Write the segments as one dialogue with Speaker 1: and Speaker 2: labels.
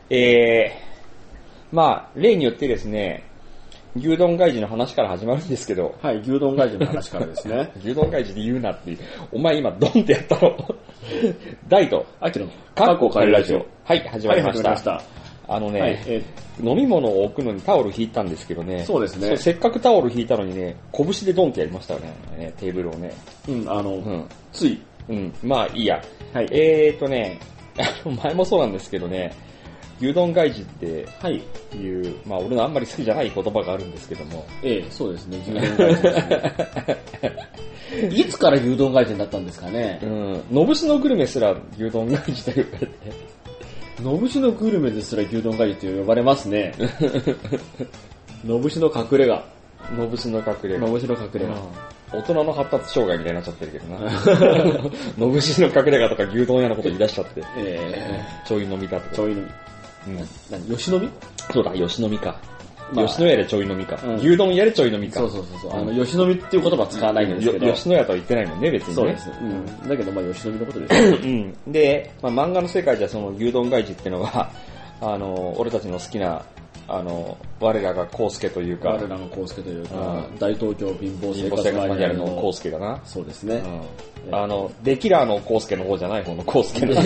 Speaker 1: まあ、例によってですね、牛丼外事の話から始まるんですけど。
Speaker 2: はい、牛丼外事の話からですね。
Speaker 1: 牛丼外事で言うなっていう。お前今ドンってやったの。大と、
Speaker 2: 秋の
Speaker 1: カッコカレラジオ。はい、始まりました。
Speaker 2: はい、始まりました。
Speaker 1: 飲み物を置くのにタオル引いたんですけどね。
Speaker 2: そうですね。
Speaker 1: せっかくタオル引いたのにね、拳でドンってやりましたよね、テーブルをね。
Speaker 2: つい。
Speaker 1: まあいいや。
Speaker 2: はい。
Speaker 1: 前もそうなんですけどね、牛丼外事っていう、まあ俺のあんまり好きじゃない言葉があるんですけども。
Speaker 2: そうですね、牛丼外事ですね。いつから牛丼外事になったんですかね。
Speaker 1: のぶしのグルメすら牛丼外事と呼ばれて。
Speaker 2: のぶしのグルメですら牛丼外事と呼ばれますね。のぶしの隠れ家。
Speaker 1: のぶしの隠れ家。
Speaker 2: のぶしの隠れ家。
Speaker 1: 大人の発達障害みたいになっちゃってるけどな。のぶしの隠れ家とか牛丼屋のこと言い出しちゃって。ちょい飲みだとか。
Speaker 2: ちょい飲み。吉飲み？
Speaker 1: そうだ、吉飲みか。吉野家でちょい飲みか。牛丼屋でちょい飲みか。
Speaker 2: そう。吉飲みっていう言葉は使わないんですけど。
Speaker 1: 吉野家とは言ってないもんね、別にね。
Speaker 2: そうです。だけど、まあ、吉飲みのことです
Speaker 1: ね。で、まあ、漫画の世界じゃその牛丼外事っていうのは、俺たちの好きな、我らが康介というか。
Speaker 2: 我らが康介というか、大東京貧乏生活マニュアルの
Speaker 1: 康介だな。
Speaker 2: そうですね。
Speaker 1: デキラーの康介の方じゃない方の康介の。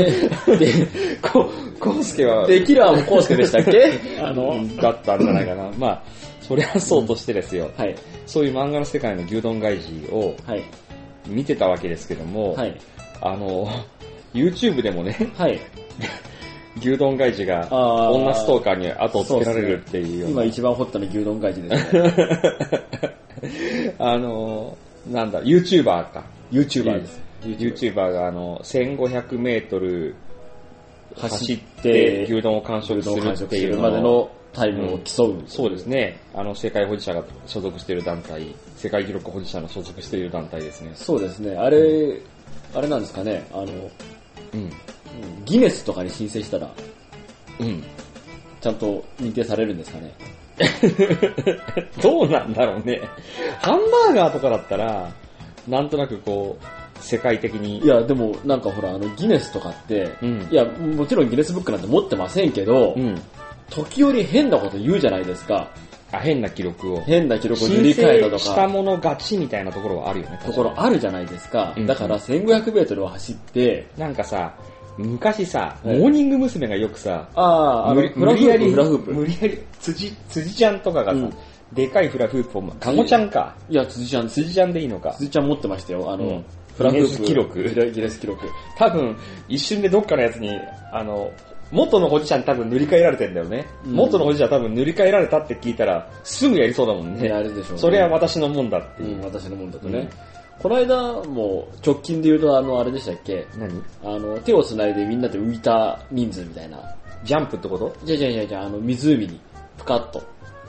Speaker 1: 康介は。
Speaker 2: デキラーも康介でしたっけ
Speaker 1: だったんじゃないかな。まあ、それはそうとしてですよ。
Speaker 2: はい。
Speaker 1: そういう漫画の世界の牛丼外事を、見てたわけですけども、
Speaker 2: はい。
Speaker 1: YouTube でもね、
Speaker 2: はい。
Speaker 1: 牛丼外事が女ストーカーに後をつけられるっていうような。
Speaker 2: 今一番ホットな牛丼外事ですね。
Speaker 1: なんだ、YouTuber か。
Speaker 2: YouTuber です。
Speaker 1: YouTuber が1500メートル走って牛丼を完食するっていう
Speaker 2: までのタイムを競う。
Speaker 1: そうですね。世界保持者が所属している団体、世界記録保持者の所属している団体ですね。
Speaker 2: そうですね。あれなんですかね。ギネスとかに申請したら、ちゃんと認定されるんですかね。
Speaker 1: どうなんだろうね。ハンバーガーとかだったら、なんとなくこう、世界的に。
Speaker 2: いや、でもなんかほら、ギネスとかって、いや、もちろんギネスブックなんて持ってませんけど、時折変なこと言うじゃないですか。
Speaker 1: 変な記録を塗
Speaker 2: り替えたとか。
Speaker 1: したもの勝ちみたいなところはあるよね。
Speaker 2: ところあるじゃないですか。だから1500メートルを走って、
Speaker 1: なんかさ、昔さ、モーニング娘。がよくさ、
Speaker 2: フラフープ。
Speaker 1: 無理やり、辻ちゃんとかがさ、でかいフラフープを、かごちゃんか。
Speaker 2: いや、辻ちゃんでいいのか。辻ちゃん持ってましたよ。
Speaker 1: フラフープ記録。
Speaker 2: ギネス記録。
Speaker 1: 多分、一瞬でどっかのやつに、元の保持者に多分塗り替えられてんだよね。元の保持者多分塗り替えられたって聞いたら、すぐやりそうだもんね。
Speaker 2: あれでしょうね。
Speaker 1: それは私のもんだって。
Speaker 2: 私のもんだとね。この間も直近で言うとあれでしたっけ？
Speaker 1: 何？
Speaker 2: 手を繋いでみんなで浮いた人数みたいな。
Speaker 1: ジャンプってこと？
Speaker 2: じゃ湖に、ぷかっと。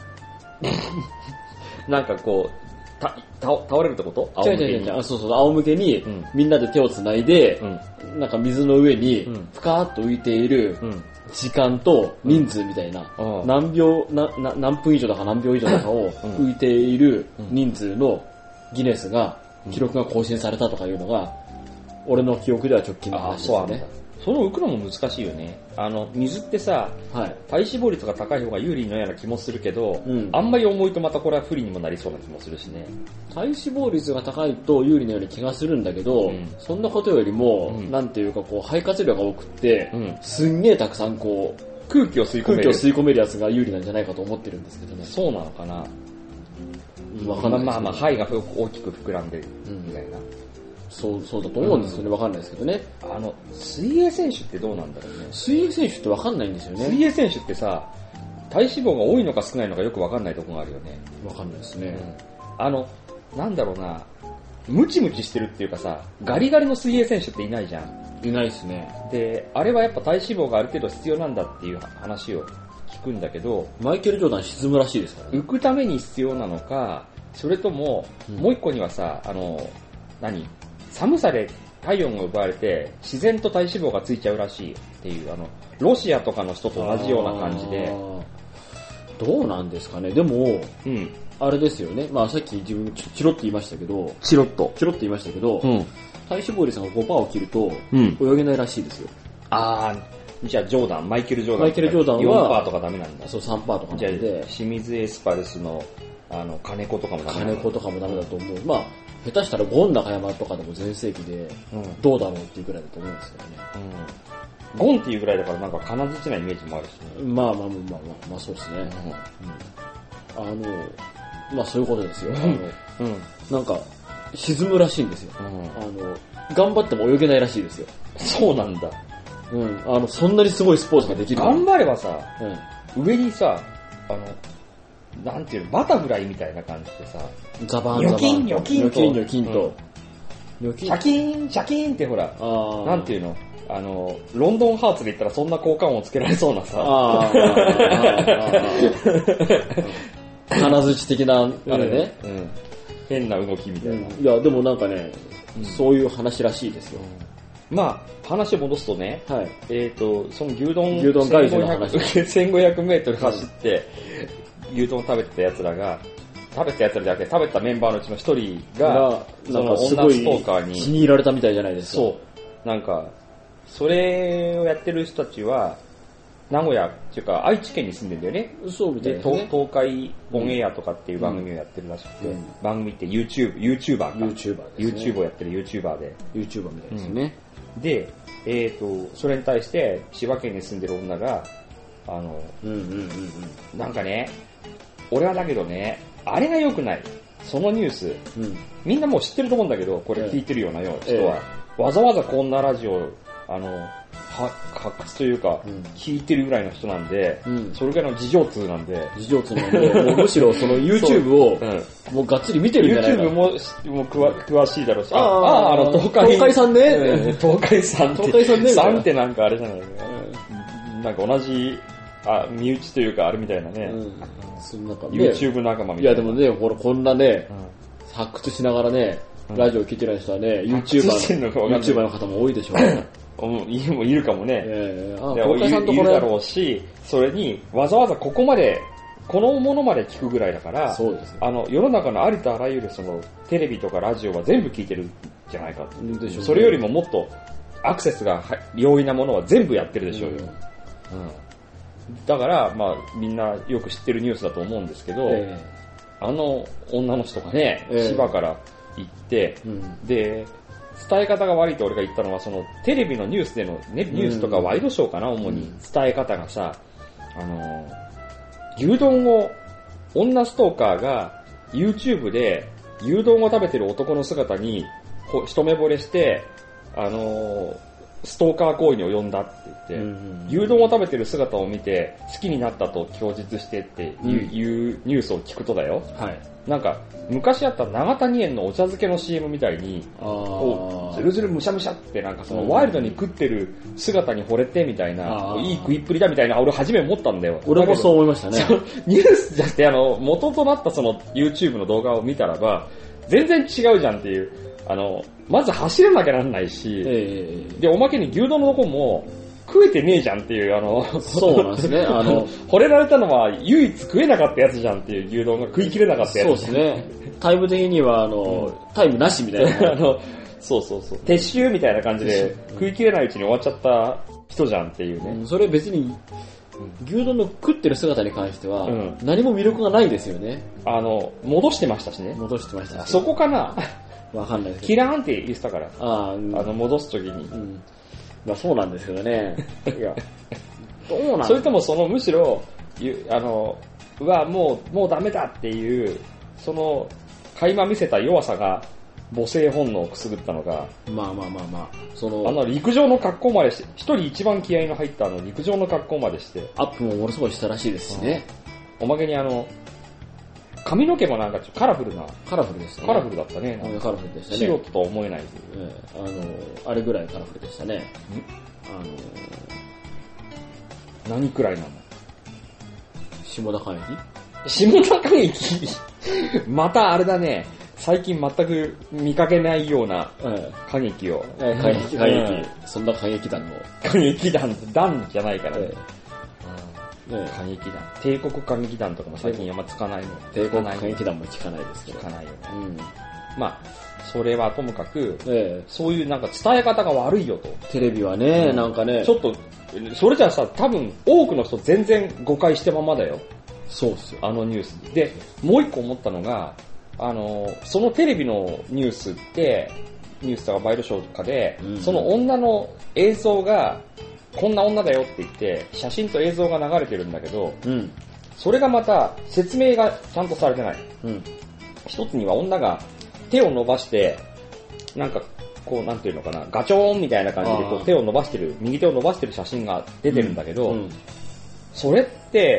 Speaker 1: なんかこう、倒れるってこと？
Speaker 2: そう、仰向けに、みんなで手を繋いで、なんか水の上に、ぷかっと浮いている、時間と人数みたいな、何分以上だか何秒以上だかを浮いている人数のギネスが、記録が更新されたとかいうのが、俺の記憶では直近の話ですよね。
Speaker 1: その浮くのも難しいよね。水ってさ、体脂肪率が高い方が有利のような気もするけど、あんまり重いとまたこれは不利にもなりそうな気もするしね。
Speaker 2: 体脂肪率が高いと有利なような気がするんだけど、そんなことよりも、なんていうかこう、肺活量が多くって、すんげーたくさんこう、
Speaker 1: 空気を吸い込
Speaker 2: めるやつが有利なんじゃないかと思ってるんですけどね。
Speaker 1: そうなのかな。
Speaker 2: わかんないです。
Speaker 1: まあ、肺が大きく膨らんでるみたいな。
Speaker 2: そうだと思うんですよね。わかんないですけどね。
Speaker 1: 水泳選手ってどうなんだろうね。
Speaker 2: 水泳選手ってわかんないんですよね。
Speaker 1: 水泳選手ってさ、体脂肪が多いのか少ないのかよくわかんないところがあるよね。
Speaker 2: わかんないですね。
Speaker 1: なんだろうな、ムチムチしてるっていうかさ、ガリガリの水泳選手っていないじゃん。
Speaker 2: いないですね。
Speaker 1: で、あれはやっぱ体脂肪がある程度必要なんだっていう話を聞くんだけど、
Speaker 2: マイケル・ジョーダン沈むらしいですからね。
Speaker 1: 浮くために必要なのか、それとも、もう一個にはさ、寒さで体温が奪われて自然と体脂肪がついちゃうらしいっていう、ロシアとかの人と同じような感じで。
Speaker 2: どうなんですかね。でも、あれですよね。まあさっき自分チロッと言いましたけど、チロッと言いましたけど、体脂肪率が 5% を切ると、泳げないらしいですよ。
Speaker 1: じゃあジョーダン、マイケル・ジョーダン。
Speaker 2: マイケル・ジョーダンは、
Speaker 1: 4%とかダメなんだ。
Speaker 2: そう、3%とかなんで。
Speaker 1: じゃあ、清水エスパルスの、金子とかもダメなんだ。
Speaker 2: 金子とかもダメだと思う。まあ、下手したらゴン中山とかでも全盛期で、どうだろうっていうくらいだと思うんですけどね。
Speaker 1: ゴンっていうぐらいだからなんか金槌なイメージもあるしね。
Speaker 2: まあそうですね。まあそういうことですよ。なんか、沈むらしいんですよ。頑張っても泳げないらしいですよ。
Speaker 1: そうなんだ。
Speaker 2: そんなにすごいスポーツができる。
Speaker 1: 頑張ればさ、上にさ、なんていうの、バタフライみたいな感じでさ、
Speaker 2: ザバン
Speaker 1: ニョキン、ニョキンと、
Speaker 2: ニョキンと、
Speaker 1: シャキーン、シャキーンってほら、なんていうの、ロンドンハーツで言ったらそんな効果音をつけられそうなさ、
Speaker 2: 金槌的な、あれね。
Speaker 1: 変な動きみたいな。
Speaker 2: いや、でもなんかね、そういう話らしいですよ。
Speaker 1: まあ、話戻すとね、
Speaker 2: はい。
Speaker 1: その牛丼
Speaker 2: 外人の話。
Speaker 1: 1500メートル走って、牛丼食べてた奴らが、食べた奴らじゃなくて食べたメンバーのうちの一人が、その女ストーカーに。
Speaker 2: 気に入られたみたいじゃないですか。
Speaker 1: そう。なんか、それをやってる人たちは、名古屋っていうか愛知県に住んでんだよね。
Speaker 2: そうみたいですね。
Speaker 1: 東海オンエアとかっていう番組をやってるらしくて、番組って YouTuber か。
Speaker 2: YouTuber ですね。
Speaker 1: YouTube をやってる YouTuber で。
Speaker 2: YouTuber みたいですね。
Speaker 1: で、それに対して千葉県に住んでる女が、なんかね、俺はだけどね、あれが良くない。そのニュース、みんなもう知ってると思うんだけど、これ聞いてるような人は、わざわざこんなラジオ、発掘というか、聞いてるぐらいの人なんで、それぐらいの事情通なんで、
Speaker 2: もうむしろその YouTube を、もうがっつり見てるんじゃないか。
Speaker 1: YouTube も詳しいだろうし、
Speaker 2: 東海さんね。
Speaker 1: 東海さん
Speaker 2: ね。
Speaker 1: さんってなんかあれじゃないなんか同じ、身内というかあれみたいなね。YouTube 仲間みたいな。
Speaker 2: いやでもね、こんなね、発掘しながらね、ラジオ聞いてる人はね、YouTuber の方も多いでしょうね。
Speaker 1: いるかもね。いるだろうし、それにわざわざこのものまで聞くぐらいだから、
Speaker 2: そうですね、
Speaker 1: 世の中のありとあらゆるそのテレビとかラジオは全部聞いてるんじゃないかと。それよりももっとアクセスが容易なものは全部やってるでしょうよ。だから、まあみんなよく知ってるニュースだと思うんですけど、女の人がね、千葉から行って、で、伝え方が悪いと俺が言ったのは、そのテレビのニュースでの、ね、ニュースとかワイドショーかな、主に伝え方がさ、牛丼を、女ストーカーが YouTube で牛丼を食べてる男の姿に一目惚れして、ストーカー行為に及んだって言って、牛丼を食べてる姿を見て好きになったと供述してっていうニュースを聞くとだよ。なんか、昔あった長谷園のお茶漬けの CM みたいに、ずるずるむしゃむしゃってなんかそのワイルドに食ってる姿に惚れてみたいな、いい食いっぷりだみたいな、俺初め思ったんだよ。
Speaker 2: 俺もそう思いましたね。
Speaker 1: ニュースじゃなくて元となったその YouTube の動画を見たらば、全然違うじゃんっていう、まず走らなきゃなんないし、で、おまけに牛丼のとこも、食えてねえじゃんっていう、
Speaker 2: そうなんですね。
Speaker 1: 惚れられたのは唯一食えなかったやつじゃんっていう牛丼が食い切れなかったやつ。
Speaker 2: そうですね。タイム的には、タイムなしみたいな。
Speaker 1: そう。撤収みたいな感じで、食い切れないうちに終わっちゃった人じゃんっていうね。
Speaker 2: それ別に、牛丼の食ってる姿に関しては、何も魅力がないですよね。
Speaker 1: 戻してましたしね。
Speaker 2: 戻してましたし。
Speaker 1: そこかな
Speaker 2: わかんないですけど。
Speaker 1: キラーンって言ってたから。戻すときに。
Speaker 2: まあそうなんですけどね。いや、どうなん
Speaker 1: それともむしろ、もうダメだっていう、垣間見せた弱さが母性本能をくすぐったのが、
Speaker 2: まあ。
Speaker 1: 陸上の格好までして、一人一番気合の入った陸上の格好までして。
Speaker 2: アップもものすごいしたらしいですしね。
Speaker 1: おまけに髪の毛もなんかカラフルでしたね。カラフルだったね。
Speaker 2: カラフルでしたね。
Speaker 1: 素人とは思えない。
Speaker 2: あれぐらいカラフルでしたね。
Speaker 1: 何くらいなの？
Speaker 2: 下田景
Speaker 1: 樹？下田景樹またあれだね。最近全く見かけないような歌劇を。
Speaker 2: 歌劇。そんな歌劇団の。
Speaker 1: 歌劇団じゃないからね。歌劇団。帝国歌劇団とかも最近あんまつかないの。
Speaker 2: 帝国歌劇団も聞かないですけど。
Speaker 1: 聞かないよね。まあ、それはともかく、そういうなんか伝え方が悪いよと。
Speaker 2: テレビはね、なんかね。
Speaker 1: ちょっとそれじゃあさ、多分多くの人全然誤解してままだよ。
Speaker 2: そうっすよ。
Speaker 1: ニュースで。もう一個思ったのが、そのテレビのニュースって、ニュースとかバイトショーとかで、その女の映像が、こんな女だよって言って、写真と映像が流れてるんだけど、それがまた説明がちゃんとされてない。一つには女が手を伸ばして、なんか、こうなんていうのかな、ガチョーンみたいな感じでこう手を伸ばしてる、右手を伸ばしてる写真が出てるんだけど、それって、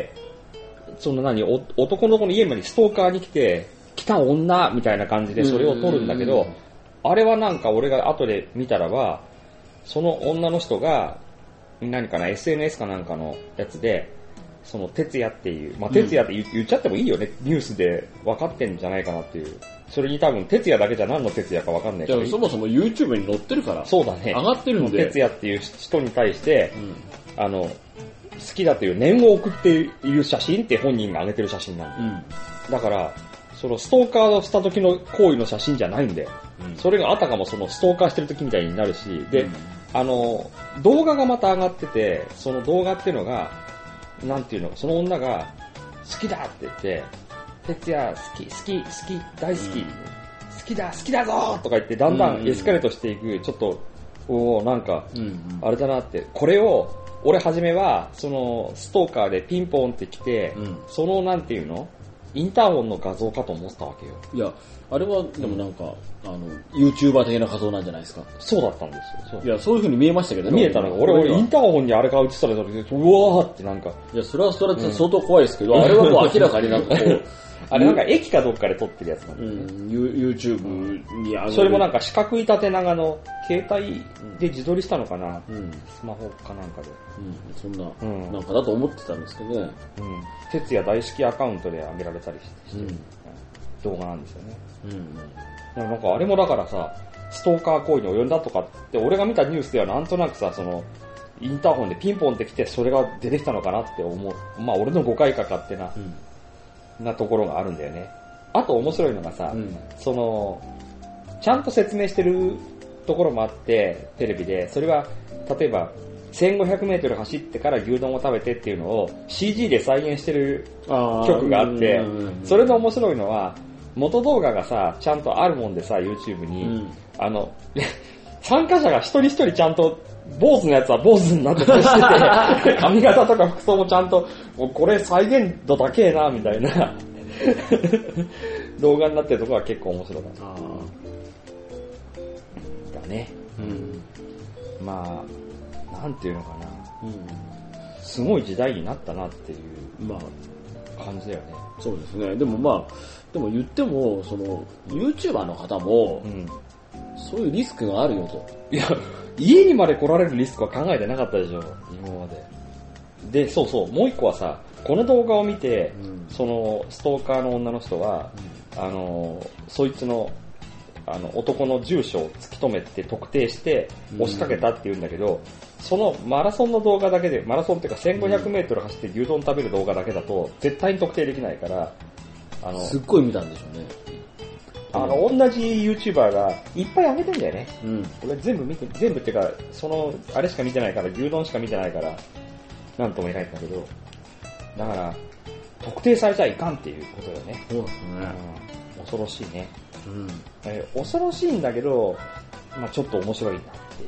Speaker 1: 男の子の家までストーカーに来た女みたいな感じでそれを撮るんだけど、あれはなんか俺が後で見たらば、その女の人が、何かな、SNS かなんかのやつで、その哲也っていう、哲也って言っちゃってもいいよね、ニュースで分かってんじゃないかなっていう。それに多分哲也だけじゃ何の哲也か分かんないし。
Speaker 2: そもそも YouTube に載ってるから。
Speaker 1: そうだね。
Speaker 2: 上がってるんで。
Speaker 1: 哲也っていう人に対して、好きだという念を送っている写真って本人が上げてる写真なんだ。だから、そのストーカーをした時の行為の写真じゃないんで、それがあたかもそのストーカーしてる時みたいになるし、で、動画がまた上がってて、その動画っていうのが、なんていうの、その女が好きだって言って、哲也好き、大好き、好きだぞとか言ってだんだんエスカレートしていく、ちょっと、なんか、あれだなって、これを、俺はじめは、その、ストーカーでピンポンって来て、その、なんていうのインターホンの画像かと思ってたわけよ。
Speaker 2: いや、あれは、でもなんか、YouTuber 的な画像なんじゃないですか。
Speaker 1: そうだったんですよ。
Speaker 2: いや、そういう風に見えましたけどね。
Speaker 1: 見えたのが、俺インターホンにあれが映したら、うわーってなんか。
Speaker 2: いや、それは相当怖いですけど、あれはもう明らかになんかこう、
Speaker 1: あれなんか駅かどっかで撮ってるやつなん
Speaker 2: で、YouTube に上げる。
Speaker 1: それもなんか四角い縦長の携帯で自撮りしたのかな、スマホかなんかで。
Speaker 2: そんな、なんかだと思ってたんですけどね。
Speaker 1: 哲也大好きアカウントで上げられたりして、動画なんですよね。なんかあれもだからさ、ストーカー行為に及んだとかって、俺が見たニュースではなんとなくさ、その、インターホンでピンポンって来てそれが出てきたのかなって思う。まあ俺の誤解か勝手な、なところがあるんだよね。あと面白いのがさ、その、ちゃんと説明してるところもあって、テレビで、それは、例えば、1500メートル走ってから牛丼を食べてっていうのを CG で再現してる曲があって、それの面白いのは、元動画がさ、ちゃんとあるもんでさ、YouTube に、参加者が一人一人ちゃんと、坊主のやつは坊主になってたりしてて、髪型とか服装もちゃんと、もうこれ再現度だけな、みたいな動画になってるところは結構面白かった。だね。まあ、なんていうのかな。すごい時代になったなっていう感じだよね。
Speaker 2: そうですね。でも言っても、その、YouTuber の方も、そういうリスクがあるよと。
Speaker 1: いや、家にまで来られるリスクは考えてなかったでしょ、今まで。で、そうそう、もう一個はさ、この動画を見て、そのストーカーの女の人は、そいつの、男の住所を突き止めて特定して押しかけたって言うんだけど、そのマラソンの動画だけで、マラソンっていうか1500メートル走って牛丼食べる動画だけだと絶対に特定できないから、
Speaker 2: すっごい見たんでしょうね。
Speaker 1: 同じ YouTuber がいっぱい上げてんだよね。俺全部っていうか、あれしか見てないから、牛丼しか見てないから、なんとも言えないんだけど、だから、特定されちゃいかんっていうことだよね。
Speaker 2: そうですね。
Speaker 1: 恐ろしいね。恐ろしいんだけど、まあちょっと面白いなっていう。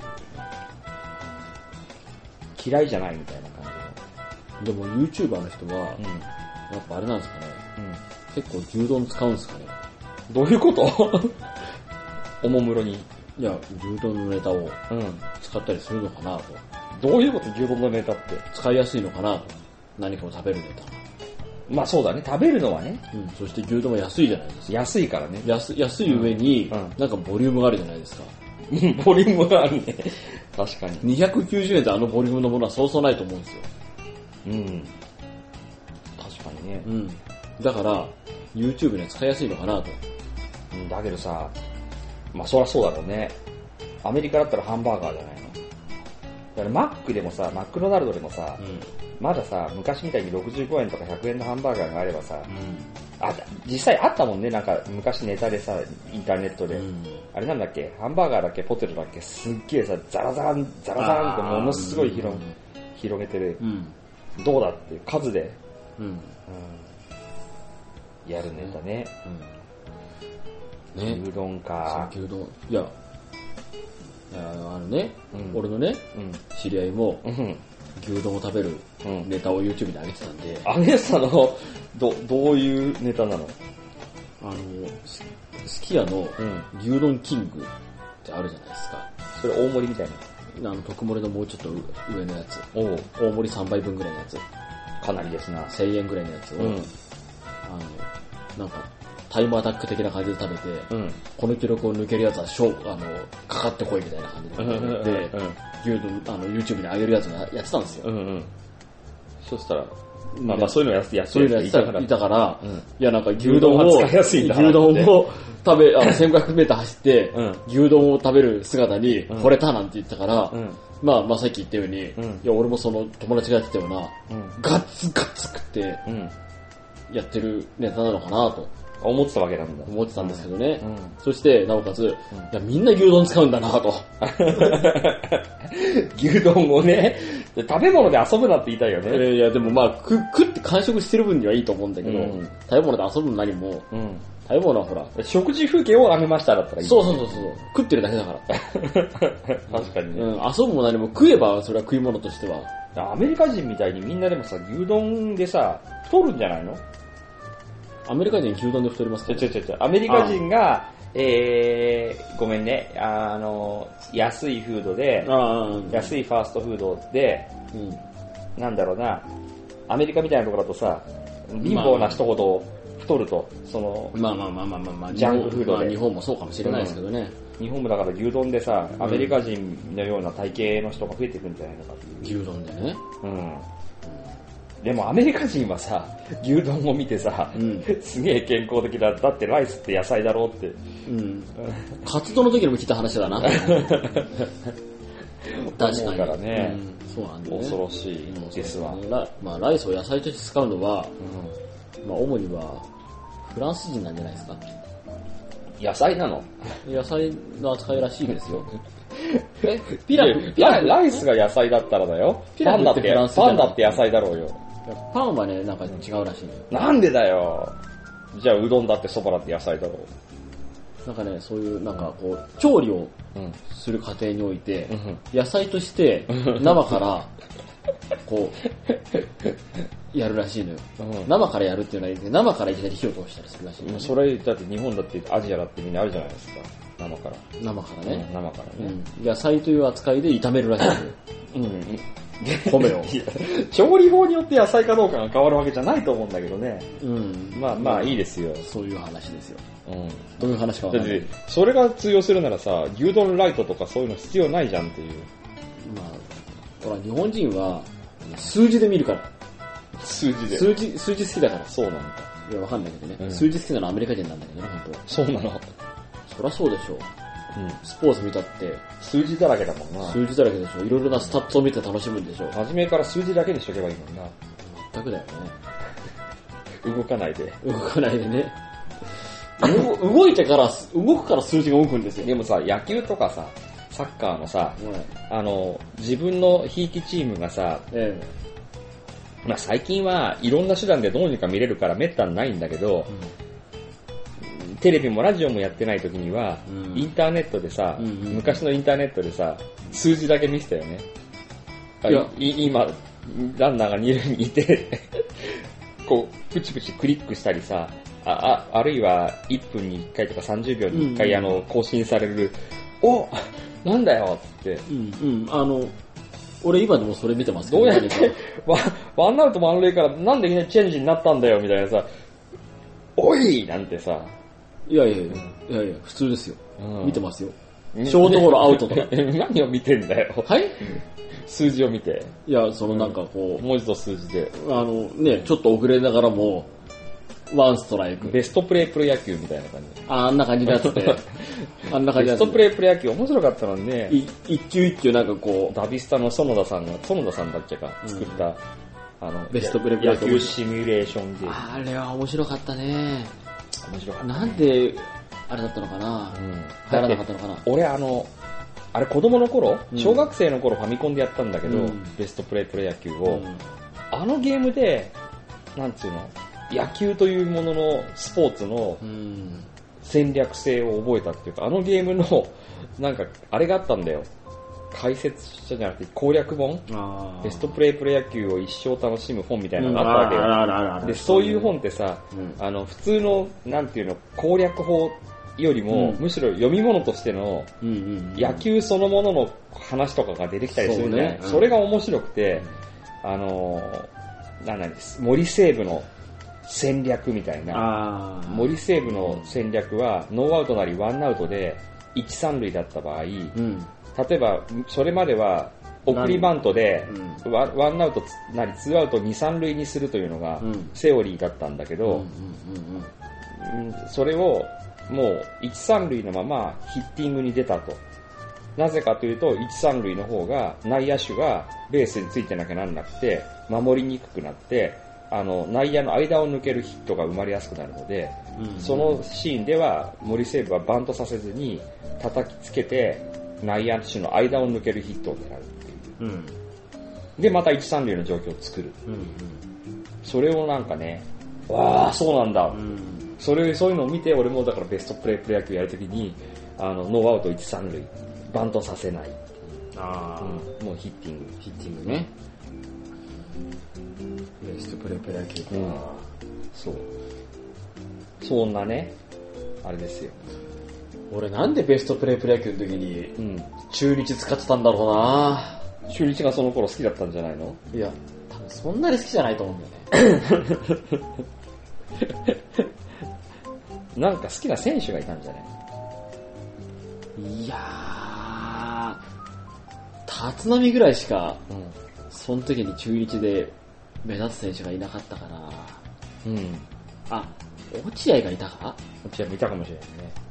Speaker 1: 嫌いじゃないみたいな感
Speaker 2: じで。でも YouTuber の人は、やっぱあれなんですかね。結構牛丼使うんですかね。
Speaker 1: どういうことおもむろに。
Speaker 2: いや、牛丼のネタを使ったりするのかなと。
Speaker 1: どういうこと牛丼のネタって。
Speaker 2: 使いやすいのかなと。何かを食べるネタ。
Speaker 1: まあそうだね、食べるのはね。
Speaker 2: そして牛丼は安いじゃないですか。
Speaker 1: 安いからね。
Speaker 2: 安い上に、なんかボリュームがあるじゃないですか。
Speaker 1: ボリュームがあるね。確かに。
Speaker 2: 290円であのボリュームのものはそうそうないと思うんですよ。
Speaker 1: 確かにね。
Speaker 2: だから、YouTube には使いやすいのかなと。
Speaker 1: だけどさ、まあそりゃそうだろうね。アメリカだったらハンバーガーじゃないの。だからマックでもさ、マクドナルドでもさ、まださ、昔みたいに65円とか100円のハンバーガーがあればさ、実際あったもんね、なんか昔ネタでさ、インターネットで。あれなんだっけ、ハンバーガーだっけ、ポテトだっけ、すっげえさ、ザラザランってものすごい広げてる、どうだっていう数で、やるネタね。牛丼か。
Speaker 2: 牛丼。いや、俺のね、知り合いも、牛丼を食べるネタを YouTube に上げてたんで。
Speaker 1: 上げてたのどういうネタなの？
Speaker 2: すき家の牛丼キングってあるじゃないですか。
Speaker 1: それ大盛りみたいな。
Speaker 2: 特盛りのもうちょっと上のやつ。大盛り3倍分ぐらいのやつ。
Speaker 1: かなりですな。
Speaker 2: 1000円ぐらいのやつを、なんか、タイムアタック的な感じで食べて、この記録を抜けるやつはかかってこいみたいな感じで牛丼、YouTube に上げるやつをやってたんですよ。
Speaker 1: そしたら、まあそういうのやって
Speaker 2: そういうのやってたから、いやなんか
Speaker 1: 牛丼を食べ、
Speaker 2: 1500メーター走って、牛丼を食べる姿に惚れたなんて言ったから、まあさっき言ったように、いや俺もその友達がやってたような、ガッツガッツ食って、やってるネタなのかなと。
Speaker 1: 思ってたわけなんだ。
Speaker 2: 思ってたんですけどね。そして、なおかつ、いや、みんな牛丼使うんだなと。
Speaker 1: 牛丼をね、食べ物で遊ぶなって言いたいよね。
Speaker 2: いや、でもまあ、食って完食してる分にはいいと思うんだけど、食べ物で遊ぶの何も、食べ物はほら、
Speaker 1: 食事風景をあげましただったらいい。
Speaker 2: そう。食ってるだけだから。
Speaker 1: 確かにね。
Speaker 2: 遊ぶも何も食えば、それは食い物としては。
Speaker 1: アメリカ人みたいにみんなでもさ、牛丼でさ、太るんじゃないの？
Speaker 2: アメリカ人牛丼で太りますか？
Speaker 1: 違う。アメリカ人が、ごめんね、安いフードで、安いファーストフードで、なんだろうな、アメリカみたいなところだとさ、貧乏な人ほど太ると、その、
Speaker 2: ジ
Speaker 1: ャンクフードで。
Speaker 2: 日本もそうかもしれないですけどね。
Speaker 1: 日本もだから牛丼でさ、アメリカ人のような体型の人が増えていくんじゃないのかっていう。
Speaker 2: 牛丼でね。
Speaker 1: でもアメリカ人はさ、牛丼を見てさ、すげえ健康的だ。だってライスって野菜だろうって。
Speaker 2: 活動の時にも聞いた話だな。確かに。
Speaker 1: からね、
Speaker 2: そうなんだね。
Speaker 1: 恐ろしいですわ。
Speaker 2: まあライスを野菜として使うのは、まあ主にはフランス人なんじゃないですか。
Speaker 1: 野菜なの？
Speaker 2: 野菜の扱いらしいですよ。
Speaker 1: ライスが野菜だったらだよ。パンだって野菜だろうよ。
Speaker 2: パンはね、なんか違うらしいのよ。
Speaker 1: なんでだよ。じゃあうどんだってそばだって野菜だろう。
Speaker 2: なんかね、そういうなんかこう調理をする過程において、野菜として生からこうやるらしいのよ。生からやるっていうのは生からいきなり火を通したりするらしいのよ。
Speaker 1: それだって日本だってアジアだってみんなあるじゃないですか。生からね。
Speaker 2: 野菜という扱いで炒めるらしいのよ。米を。
Speaker 1: 調理法によって野菜かどうかが変わるわけじゃないと思うんだけどね。まあいいですよ。
Speaker 2: そういう話ですよ。どういう話かわかんない。
Speaker 1: それが通用するならさ、牛丼ライトとかそういうの必要ないじゃんっていう。
Speaker 2: まあ、ほら日本人は数字で見るから。
Speaker 1: 数字で。
Speaker 2: 数字好きだから。
Speaker 1: そうなんだ。
Speaker 2: いや、わかんないけどね。数字好きなのはアメリカ人なんだけどね、本当は。
Speaker 1: そうなの。
Speaker 2: そりゃそうでしょう。スポーツ見たって
Speaker 1: 数字だらけだもんな。
Speaker 2: 数字だらけでしょ。いろいろなスタッツを見て楽しむんでしょ。
Speaker 1: 初めから数字だけにしとけばいいもんな。
Speaker 2: 全くだよね。
Speaker 1: 動かないで
Speaker 2: ね。動くから数字が動くんですよ。
Speaker 1: でもさ、野球とかさ、サッカーのさ、自分のひいきチームがさ、まあ最近はいろんな手段でどうにか見れるからめったにないんだけど、テレビもラジオもやってない時には、インターネットでさ、昔のインターネットでさ、数字だけ見せたよね。今、ランナーが2塁にいて、こう、プチプチクリックしたりさ、あるいは1分に1回とか30秒に1回更新される、なんだよって。
Speaker 2: 俺今でもそれ見てますけ
Speaker 1: ど。どうやってワンアウト満塁からなんでいきなりチェンジになったんだよみたいなさ、おいなんてさ。
Speaker 2: いや、普通ですよ。見てますよ。ショートゴロアウトとか。
Speaker 1: 何を見てんだよ。
Speaker 2: はい？
Speaker 1: 数字を見て。
Speaker 2: いや、そのなんかこう。
Speaker 1: 文字と数字で。
Speaker 2: ね、ちょっと遅れながらも、ワンストライク。
Speaker 1: ベストプレイプロ野球みたいな感じ。
Speaker 2: あんな感じのやつで。
Speaker 1: ベストプレイプロ野球面白かったのにね。
Speaker 2: 一球一球なんかこう。
Speaker 1: ダビスタの園田さんだっけか、作った、
Speaker 2: ベストプレイプロ
Speaker 1: 野球シミュレーションゲーム。
Speaker 2: あれは面白かったね。
Speaker 1: 面白かった。
Speaker 2: なんで、あれだったのかな、入らなかったのかな。
Speaker 1: 俺あれ子供の頃、小学生の頃ファミコンでやったんだけど、ベストプレイプロ野球を、あのゲームで、なんつうの、野球というもののスポーツの戦略性を覚えたっていうか、あのゲームの、なんか、あれがあったんだよ。解説書じゃなくて攻略本、ベストプレイプロ野球を一生楽しむ本みたいなのがあったわけよ。で、そういう本ってさ、普通の、なんていうの、攻略法よりも、むしろ読み物としての、野球そのものの話とかが出てきたりするね。それが面白くて、森西部の戦略みたいな。森西部の戦略は、ノーアウトなりワンアウトで、1、3塁だった場合、例えば、それまでは、送りバントで、ワンアウトなり2アウト2、3塁にするというのが、セオリーだったんだけど、それを、もう、1、3塁のままヒッティングに出たと。なぜかというと、1、3塁の方が、内野手がベースについてなきゃなんなくて、守りにくくなって、内野の間を抜けるヒットが生まれやすくなるので、そのシーンでは、森西部はバントさせずに、叩きつけて、内野手の間を抜けるヒットを狙うっていう。で、また1、3塁の状況を作る。それをなんかね、わー、そうなんだ。そういうのを見て、俺もだからベストプレイプロ野球やるときに、ノーアウト1、3塁、バントさせない。もうヒッティング。
Speaker 2: ヒッティングね。ベストプレイプロ野球か。
Speaker 1: そう。そんなね、あれですよ。
Speaker 2: 俺なんでベストプレイプロ野球の時に、中日使ってたんだろうな。
Speaker 1: 中日がその頃好きだったんじゃないの？
Speaker 2: いや、多分そんなに好きじゃないと思うんだよね。
Speaker 1: なんか好きな選手がいたんじゃない？
Speaker 2: いやー、立浪ぐらいしか、その時に中日で目立つ選手がいなかったかな。落合がいたか？
Speaker 1: 落合もいたかもしれないね。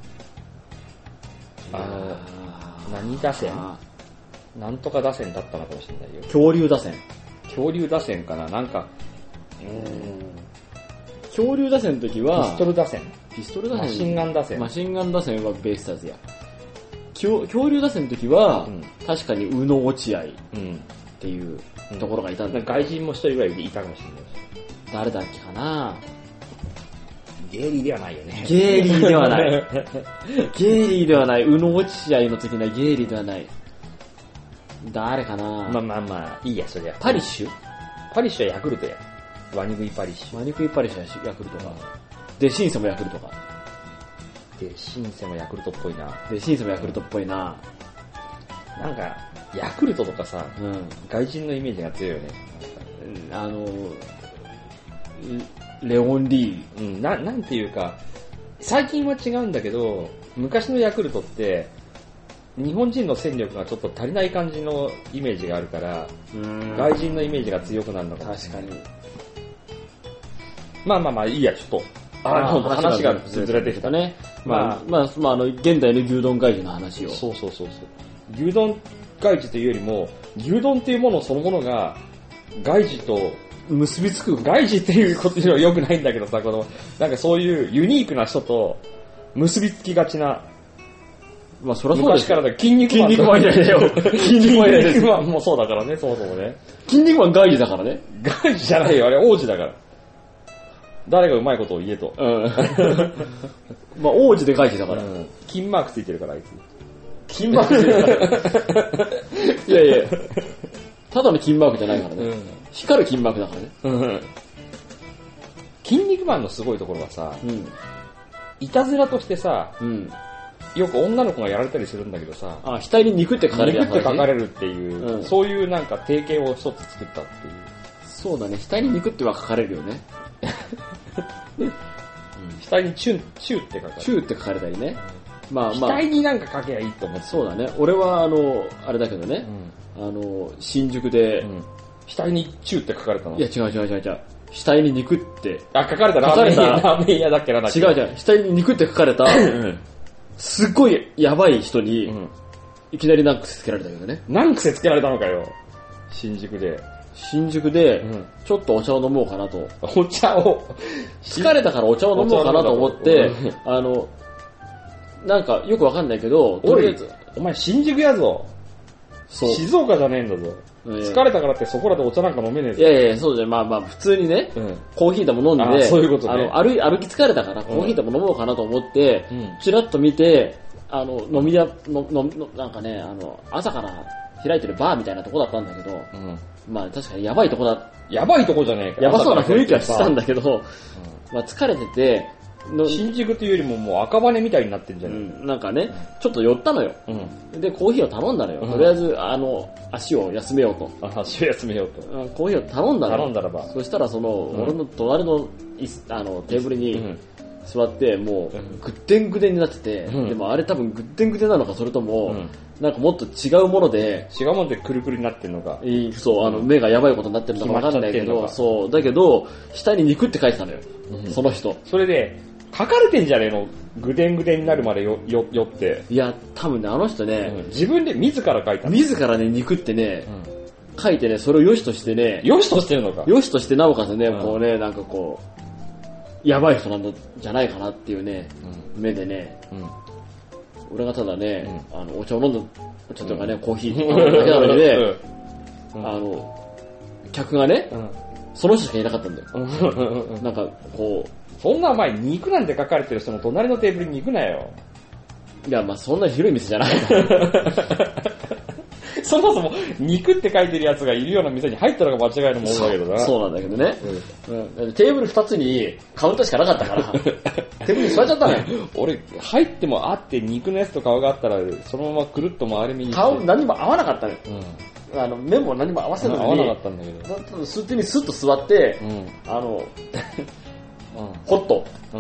Speaker 1: 何打線？なんとか打線だったのかもしれないよ。
Speaker 2: 恐竜打線。
Speaker 1: 恐竜打線かな？なんか、
Speaker 2: 恐竜打線の時は、
Speaker 1: ピストル打線？
Speaker 2: ピストル打線？
Speaker 1: マシンガン打線？
Speaker 2: マシンガン打線はベイスターズや。恐竜打線の時は、確かに宇野落合っていうところがいたんだ。
Speaker 1: 外人も一人ぐらいいたかもしれない。
Speaker 2: 誰だっけかな？
Speaker 1: ゲイリーではないよね。
Speaker 2: ゲイリーではない。ゲイリーではない。宇野落合の時のゲイリーではない。誰かな？
Speaker 1: まあ、いいや、そりゃ。
Speaker 2: パリッシュ
Speaker 1: はヤクルトや。ワニ食いパリッシュ。
Speaker 2: ワニ食いパリッシュはヤクルトか。で、シンセもヤクルトか。
Speaker 1: で、シンセもヤクルトっぽいな。
Speaker 2: で、シンセもヤクルトっぽいな。
Speaker 1: なんか、ヤクルトとかさ、外人のイメージが強いよね。
Speaker 2: レオンリ
Speaker 1: ー。なんていうか、最近は違うんだけど、昔のヤクルトって、日本人の戦力がちょっと足りない感じのイメージがあるから、外人のイメージが強くなるのかもしれない。
Speaker 2: 確かに。
Speaker 1: まあ、いいや、ちょっと。話がずれてきたね。
Speaker 2: 現代の牛丼外事の話を。
Speaker 1: そう。牛丼外事というよりも、牛丼っていうものそのものが、外事と、
Speaker 2: 結びつく。
Speaker 1: 外事っていうことは良くないんだけどさ、なんかそういうユニークな人と結びつきがちな。
Speaker 2: まあそりゃそうです。
Speaker 1: 昔からだ、筋肉マンじゃ
Speaker 2: ねえよ。筋
Speaker 1: 肉マンもそうだからね、そもそもね。
Speaker 2: 筋肉マン外事だからね。
Speaker 1: 外事じゃないよ、あれ王子だから。誰がうまいことを言えと。
Speaker 2: まあ王子で外事だから。
Speaker 1: 金マークついてるから、あいつ。
Speaker 2: 金マークついてるから。いや。ただの金マークじゃないからね。光る金マークだからね。
Speaker 1: 筋肉マンのすごいところはさ、いたずらとしてさ、よく女の子がやられたりするんだけどさ、
Speaker 2: 額に肉って書かれるやつ、
Speaker 1: 肉って書かれるっていう、そういうなんか定型を一つ作ったっていう。
Speaker 2: そうだね、額に肉っては書かれるよね。
Speaker 1: 額にチューって書かれる。
Speaker 2: チューって書かれたりね。
Speaker 1: 額になんか書けばいいと思って。
Speaker 2: そうだね。俺はあれだけどね、新宿で、
Speaker 1: 額にチューって書かれたの？
Speaker 2: いや、違う。額に肉って。
Speaker 1: 書かれたラーメン屋だっけな。
Speaker 2: 違う。額に肉って書かれた、すっごいやばい人に、いきなり何癖つけられたけどね。
Speaker 1: 何癖つけられたのかよ。新宿で、
Speaker 2: ちょっとお茶を飲もうかなと。
Speaker 1: お茶を
Speaker 2: 疲れたからお茶を飲もうかなと思って、なんかよくわかんないけど、とりあえず、
Speaker 1: お前新宿やぞ。静岡じゃねえんだぞ。疲れたからってそこらでお茶なんか飲めねえぞ。
Speaker 2: いやいや、そうじゃ、まあ普通にね、コーヒーでも飲んで、
Speaker 1: そういうことね。
Speaker 2: 歩き疲れたからコーヒーでも飲もうかなと思って、ちらっと見て、飲み屋、なんかね、朝から開いてるバーみたいなとこだったんだけど、まあ確かにやばいとこ
Speaker 1: やばいとこじゃねえか。
Speaker 2: やばそうな雰囲気はしてたんだけど、まあ疲れてて、
Speaker 1: 新宿というよりももう赤羽みたいになってんじゃない、
Speaker 2: なんかね、ちょっと寄ったのよ。で、コーヒーを頼んだのよ。とりあえず、足を休めようと。
Speaker 1: 足を休めようと。
Speaker 2: コーヒーを頼んだのよ。
Speaker 1: 頼んだらば。
Speaker 2: そしたら、俺の隣のテーブルに座って、もう、ぐってんぐでんになってて、でもあれ多分ぐってんぐでんなのか、それとも、なんかもっと違うもので、
Speaker 1: 違うものでくるくるになってんのか。
Speaker 2: そう、目がやばいことになってるのかわかんないけど、そう、だけど、下に肉って書いてたのよ。その人。
Speaker 1: それで、書かれてんじゃねえの、ぐでんぐでんになるまでよって。
Speaker 2: いや、多分ね、あの人ね、
Speaker 1: 自分で自ら書いた。
Speaker 2: 自らね、肉ってね、書いてね、それを良しとしてね、
Speaker 1: 良しとしてるのか。
Speaker 2: 良しとしてなおかつね、こうね、なんかこう、やばい人なんじゃないかなっていうね、目でね、俺がただね、お茶を飲んだ、お茶とかね、コーヒーだけなのにね、客がね、その人しかいなかったんだよ。なんか、こう、
Speaker 1: そんな前肉なんて書かれてる人の隣のテーブルに行くなよ。
Speaker 2: いや、まあそんな広い店じゃないから。
Speaker 1: そもそも肉って書いてるやつがいるような店に入ったのが間違いのもんだけどな。
Speaker 2: そうなんだけどね。テーブル2つにカウンターしかなかったから、テーブルに座っちゃったのよ。
Speaker 1: 俺、入ってもあって肉のやつと顔があったら、そのままくるっと回り見に
Speaker 2: 顔何も合わなかったのよ。目も何も合わせずに。
Speaker 1: 合わなかったんだけど。
Speaker 2: スッと座って、ホット。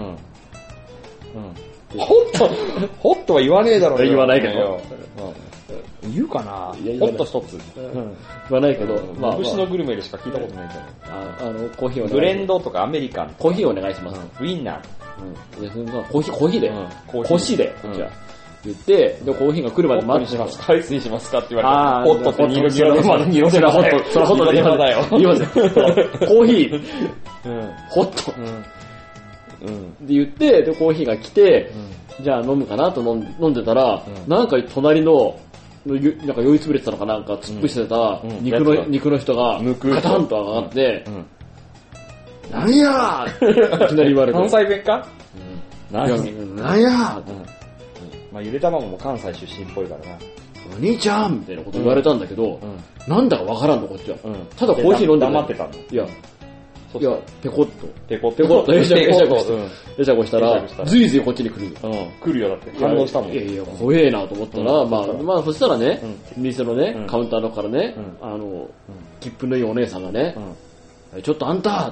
Speaker 1: ホットは言わねえだろ。
Speaker 2: 言わないけど。
Speaker 1: 言うかなホット一つ。
Speaker 2: 言わないけど。
Speaker 1: 虫のグルメでしか聞いたことないんじゃない
Speaker 2: コーヒーを
Speaker 1: ブレンドとかアメリカン。
Speaker 2: コーヒーお願いします。
Speaker 1: ウィンナ
Speaker 2: ー。コーヒーで。コーヒーで。こっちは。言って、で、コーヒーが来るまで待って。
Speaker 1: しますかアイスにしますかって言われて。ホットってニロニロでまだニロニロだよ。
Speaker 2: それホットで今だよ。今だよ。コーヒー。ホット。で言って、で、コーヒーが来て、じゃあ飲むかなと飲んでたら、なんか隣の、なんか酔いつぶれてたのかなんか突っ伏してた肉の人が、カタンと上がって、なんやーいきなり言われて。
Speaker 1: 関西弁か
Speaker 2: なんやー
Speaker 1: まあ、ゆで卵も関西出身っぽいからな。
Speaker 2: お兄ちゃんみたいなこと言われたんだけど、なんだかわからんの、こっちは。ただコーヒー飲んで
Speaker 1: 黙ってたの。
Speaker 2: いや、ペコッと。
Speaker 1: ペコッと。
Speaker 2: えちゃこしたら、ずいずいこっちに来る
Speaker 1: よ。来るよ、だって。反応したもん。
Speaker 2: いやいや、怖えなと思ったら、まあ、そしたらね、店のね、カウンターのからね、切符のいいお姉さんがね、ちょっとあんた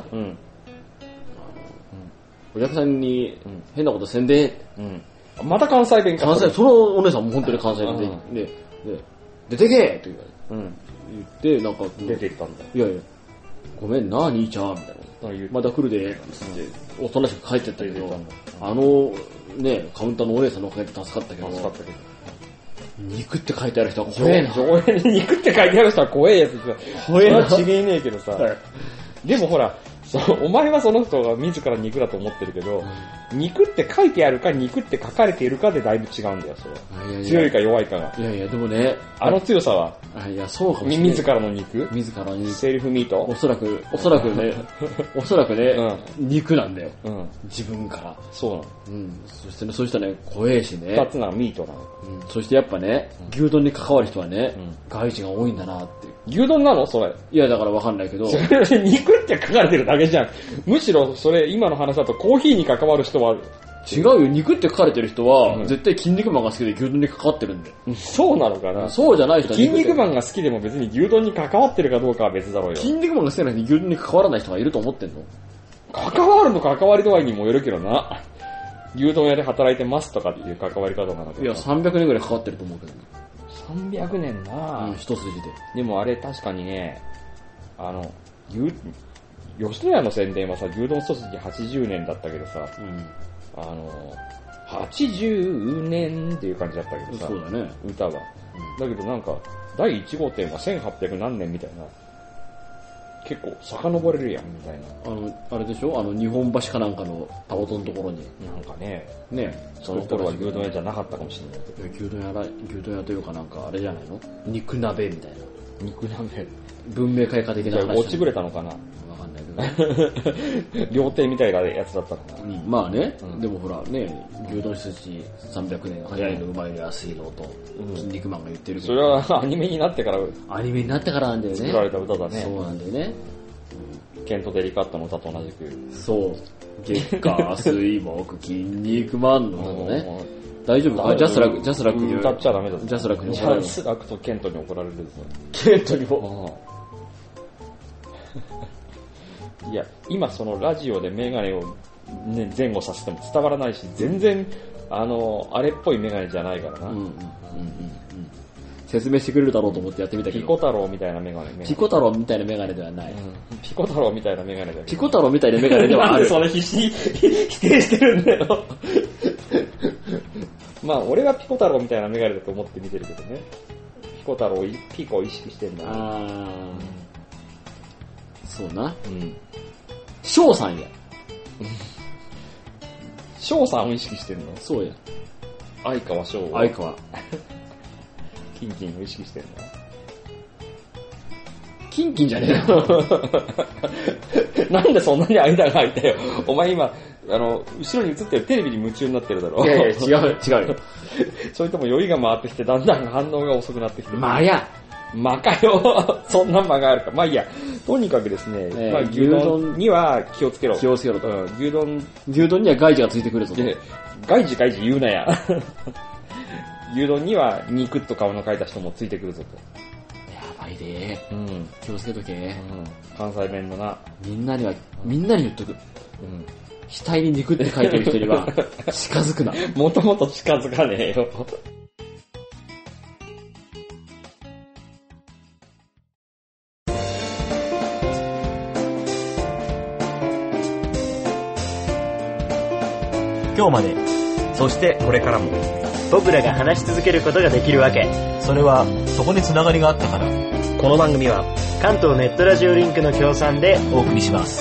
Speaker 2: お客さんに変なことせんで、
Speaker 1: また関西弁か。
Speaker 2: そのお姉さんも本当に関西弁で、出てけって言って、なんか、
Speaker 1: 出て行ったんだ。
Speaker 2: いやいや、ごめんな、兄ちゃん、みたいな。また来るで、つって、おとなしく帰ってったけど、ね、カウンターのお姉さんのおかげで助かったけど、肉って書いてある人は怖えな。
Speaker 1: 肉って書いてある人は怖えやつ
Speaker 2: 怖えな。
Speaker 1: ちげえねえけどさ。でもほら、お前はその人が自ら肉だと思ってるけど、肉って書いてあるか肉って書かれているかでだいぶ違うんだよ、それは。強いか弱いかが。
Speaker 2: いやいや、でもね、
Speaker 1: あの強さは、
Speaker 2: いや、そうかもしれない。
Speaker 1: 自らの肉
Speaker 2: 自らの肉。
Speaker 1: セルフミート
Speaker 2: おそらくね、肉なんだよ。自分から。
Speaker 1: そうなの。
Speaker 2: そしてね、そういう人はね、怖えしね。
Speaker 1: 二つなミートなの。
Speaker 2: そしてやっぱね、牛丼に関わる人はね、外人が多いんだなっていう。
Speaker 1: 牛丼なのそれ。
Speaker 2: いや、だからわかんないけど。
Speaker 1: 肉って書かれてるだけじゃん。むしろ、それ、今の話だとコーヒーに関わる人は、
Speaker 2: 違うよ、肉って書かれてる人は、絶対筋肉マンが好きで牛丼に関わってるんだよ。
Speaker 1: そうなのかな
Speaker 2: そうじゃない人は
Speaker 1: 筋肉マンが好きでも別に牛丼に関わってるかどうかは別だろうよ。
Speaker 2: 筋肉マンが好きな人に牛丼に関わらない人がいると思ってんの？
Speaker 1: 関わるの関わり度合いにもよるけどな。牛丼屋で働いてますとかっていう関わり方なのか。
Speaker 2: いや、300年ぐらい関わってると思うけどね。
Speaker 1: 300年な
Speaker 2: 一筋で。
Speaker 1: でもあれ確かにね、吉野家の宣伝はさ、牛丼一筋80年だったけどさ、80年っていう感じだったけどさ、
Speaker 2: そうだね。
Speaker 1: 歌は。だけどなんか、第1号店は1800何年みたいな。 結構遡れるやん、みたいな。
Speaker 2: あれでしょ日本橋かなんかのタオトのところに。
Speaker 1: なんかね。
Speaker 2: そ
Speaker 1: の頃は牛丼屋じゃなかったかもしれない。
Speaker 2: 牛丼屋というかなんかあれじゃないの肉鍋みたいな。
Speaker 1: 肉鍋。
Speaker 2: 文明開化的な話。
Speaker 1: 落ちぶれたのかなわ
Speaker 2: かんないけど。
Speaker 1: 料亭みたいなやつだったのかな。
Speaker 2: まあね、でもほらね、牛丼一筋300年早いのうまいの安いのと、筋肉マンが言ってるけど。
Speaker 1: それはアニメになってから。
Speaker 2: アニメになってからなんだよね。
Speaker 1: 作られた歌だね。
Speaker 2: そうなんだよね。
Speaker 1: ケント・デリカットの歌と同じく。
Speaker 2: そう。月火水木筋肉マンのね。大丈夫か？ジャスラックに
Speaker 1: 歌っちゃダメだぞ。
Speaker 2: ジャスラックに
Speaker 1: 怒られる。ジャスラックとケントに怒られるぞ。
Speaker 2: ケントにも。
Speaker 1: いや、今そのラジオでメガネを、ね、前後させても伝わらないし、全然、あれっぽいメガネじゃないからな。
Speaker 2: 説明してくれるだろうと思ってやってみたけど。
Speaker 1: ピコ太郎みたいなメガネ。
Speaker 2: ピコ太郎みたいなメガネではない。
Speaker 1: ピコ太郎みたいなメガネだけど。
Speaker 2: ピコ太郎みたいなメガネではある。
Speaker 1: なんでそれ否定してるんだよ。まあ、俺はピコ太郎みたいなメガネだと思って見てるけどね。ピコ太郎、ピコを意識してんだ。
Speaker 2: そうな。翔さんや。
Speaker 1: 翔さんを意識してんの？
Speaker 2: そうや。
Speaker 1: 相川翔。
Speaker 2: 相川。
Speaker 1: キンキンを意識してんの？
Speaker 2: キンキンじゃねえよ。
Speaker 1: なんでそんなに間が空いたよ。お前今、後ろに映ってるテレビに夢中になってるだろ。
Speaker 2: いやいや、違うよ。
Speaker 1: それとも酔いが回ってきて、だんだん反応が遅くなってきてる。
Speaker 2: 間や。
Speaker 1: 間かよ。そんな間があるか。まあいいや。とにかくですね、まあ、牛丼には気をつけろ。
Speaker 2: 気をつけろと。
Speaker 1: 牛丼
Speaker 2: には外耳がついてくるぞと。
Speaker 1: 外耳言うなや。牛丼には肉と顔の書いた人もついてくるぞと。
Speaker 2: やばいでー。気をつけとけ。
Speaker 1: 関西弁のな。
Speaker 2: みんなに言っとく。額に肉って書いてる人には近づくな。
Speaker 1: もともと近づかねえよ。
Speaker 3: 今日まで、そしてこれからも
Speaker 4: 僕らが話し続けることができるわけ。
Speaker 3: それはそこにつながりがあったから。
Speaker 4: この番組は関東ネットラジオリンクの協賛で
Speaker 3: お送りします。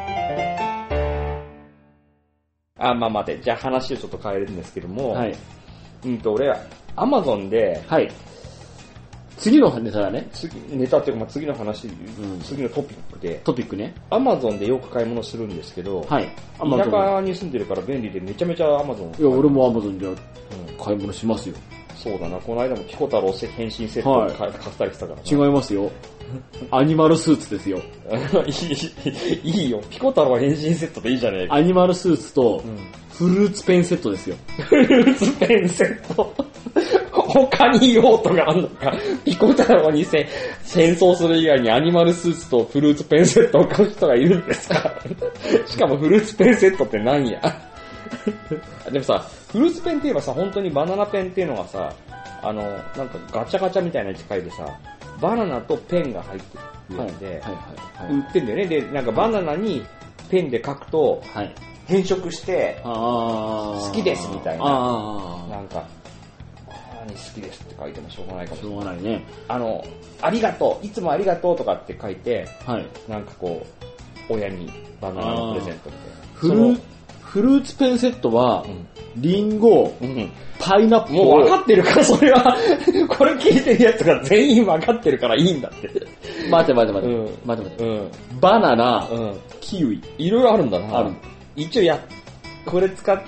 Speaker 1: まあ待て、じゃあ話をちょっと変えるんですけども、
Speaker 2: はい。
Speaker 1: 俺は Amazon で、
Speaker 2: はい。次のネタだね。
Speaker 1: ネタっていうか、次の話、次のトピックで。
Speaker 2: トピックね。
Speaker 1: Amazon でよく買い物するんですけど、
Speaker 2: はい。
Speaker 1: 田舎に住んでるから便利でめちゃめちゃ Amazon。
Speaker 2: いや、俺も Amazon で買い物しますよ。
Speaker 1: そうだな、この間もピコ太郎変身セットを買ったりしたから。
Speaker 2: 違いますよ。アニマルスーツですよ。
Speaker 1: いいよ、ピコ太郎変身セットでいいじゃねえか。
Speaker 2: アニマルスーツと、フルーツペンセットですよ。
Speaker 1: フルーツペンセット他に用途があるのか。ピコ太郎に戦争する以外にアニマルスーツとフルーツペンセットを買う人がいるんですか。しかもフルーツペンセットって何や。でもさ、フルーツペンって言えばさ、本当にバナナペンっていうのがさ、なんかガチャガチャみたいなやつ書いてさ、バナナとペンが入ってるやつで、売ってんだよね。で、なんかバナナにペンで書くと、変色して、好きですみたいな。なんか、好きですって書いてもしょうがないかもしれない。
Speaker 2: しょうがないね。
Speaker 1: ありがとう、いつもありがとうとかって書いて、なんかこう、親にバナナのプレゼントみたいな。
Speaker 2: フルーツペンセットは、リンゴ、パイナップル。
Speaker 1: もう分かってるから、それは。これ聞いてるやつが全員分かってるからいいんだって。
Speaker 2: 待て。バナナ、キウイ。
Speaker 1: いろいろあるんだな。
Speaker 2: ある。
Speaker 1: 一応これ使って、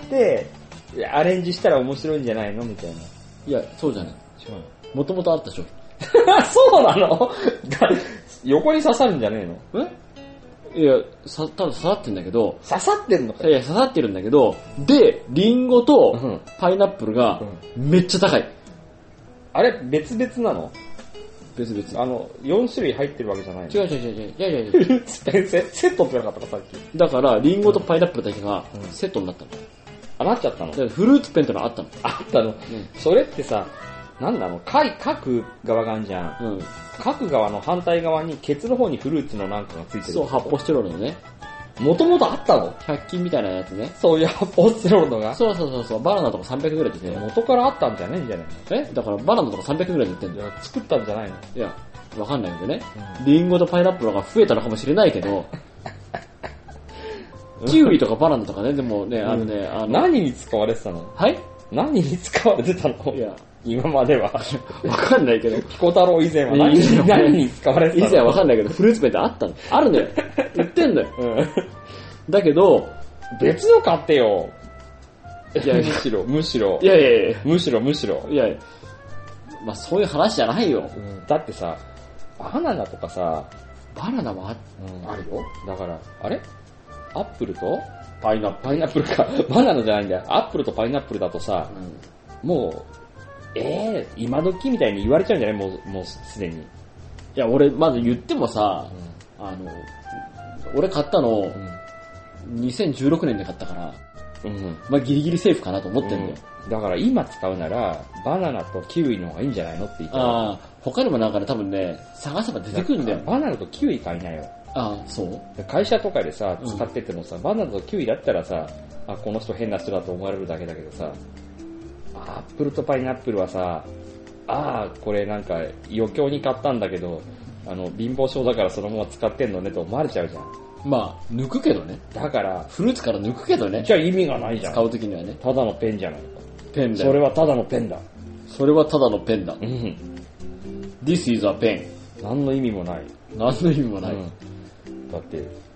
Speaker 1: アレンジしたら面白いんじゃないのみたいな。
Speaker 2: いや、そうじゃない。違う。もともとあった商
Speaker 1: 品。そうなの横に刺さるんじゃねえの？
Speaker 2: いや、ただ刺さってんだけど。
Speaker 1: 刺さってんのか？
Speaker 2: いや、刺さってるんだけど、で、リンゴとパイナップルがめっちゃ高い。
Speaker 1: あれ、別々なの？
Speaker 2: 別々。
Speaker 1: 4種類入ってるわけじゃないの？
Speaker 2: 違う。
Speaker 1: いや。セットってなかったか、さっき。
Speaker 2: だから、リンゴとパイナップルだけがセットになったの。
Speaker 1: なっちゃったの？
Speaker 2: フルーツペンってのあったの。
Speaker 1: あったの。それってさ、なんなの？書く側があるじゃん。書く側の反対側に、ケツの方にフルーツのなんかがついてる。
Speaker 2: そう、発泡スチロールのね。
Speaker 1: もともとあったの
Speaker 2: ?100 均みたいなやつね。
Speaker 1: そういう発泡スチロールのが。
Speaker 2: そう。バナナとか300ぐらいで売ってんの。
Speaker 1: 元からあったんじゃないんじゃない
Speaker 2: だからバナナとか300ぐらいで売ってんの。
Speaker 1: 作ったんじゃないの？
Speaker 2: いや、わかんないけどね。リンゴとパイナップルが増えたのかもしれないけど、キウイとかバナナとかね、でもね、
Speaker 1: 何に使われてたの？
Speaker 2: はい？
Speaker 1: 何に使われてたの？
Speaker 2: いや、
Speaker 1: 今までは。
Speaker 2: わかんないけど。
Speaker 1: ピコ太郎以前は何に使われてたの？
Speaker 2: 以前はわかんないけど、フルーツペンってあったの？あるのよ。売ってんのよ。だけど、
Speaker 1: 別の買ってよ。
Speaker 2: いや、
Speaker 1: むしろ。
Speaker 2: いや。
Speaker 1: むしろ。
Speaker 2: いや、まあそういう話じゃないよ。
Speaker 1: だってさ、バナナとかさ、
Speaker 2: バナナもあるよ。
Speaker 1: だから、あれアップルと
Speaker 2: パイナップル
Speaker 1: か。バナナじゃないんだよ。アップルとパイナップルだとさ、もう、今時みたいに言われちゃうんじゃないもうすでに。い
Speaker 2: や、俺、まず言ってもさ、俺買ったの、2016年で買ったから、まあギリギリセーフかなと思ってんだよ。
Speaker 1: だから今使うなら、バナナとキウイの方がいいんじゃないのって言ったら。
Speaker 2: 他にもなんかね、多分ね、探せば出てくるんだよ。
Speaker 1: バナナとキウイ買いなよ。
Speaker 2: そう
Speaker 1: 会社とかでさ、使っててもさ、バナナとキウイだったらさ、この人変な人だと思われるだけだけどさ、アップルとパイナップルはさ、これなんか余興に買ったんだけど、貧乏症だからそのまま使ってんのねと思われちゃうじゃん。
Speaker 2: まあ、抜くけどね。
Speaker 1: だから、
Speaker 2: フルーツから抜くけどね。
Speaker 1: じゃあ意味がないじゃん。
Speaker 2: 使うときにはね。
Speaker 1: ただのペンじゃないか。
Speaker 2: ペンだよ。
Speaker 1: それはただのペンだ。
Speaker 2: それはただのペンだ。This is a pen.
Speaker 1: 何の意味もない。
Speaker 2: 何の意味もない。
Speaker 1: だって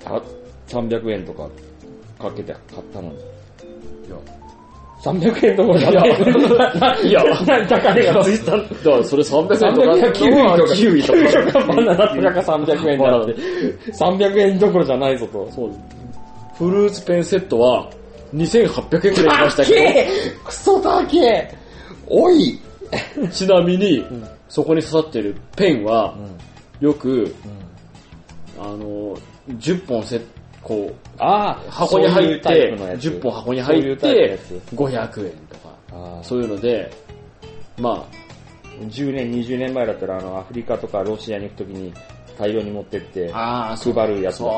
Speaker 1: 、300円とかかけて買ったのに。いや、300円とかじゃない。いや、何高値がついたんだ。
Speaker 2: だからそれ300円とか。
Speaker 1: キウイとかバナナとかが300円だって。300円どころじゃないぞと。
Speaker 2: そう。フルーツペンセットは2800円くらいしましたけど。
Speaker 1: クソ高え。おい。
Speaker 2: ちなみに、そこに刺さってるペンは、よく、10本こう、箱に入って、10本箱に入って、500円とか、そういうので、まあ、
Speaker 1: 10年、20年前だったら、アフリカとかロシアに行くときに大量に持ってって、配るやつ。
Speaker 2: そう。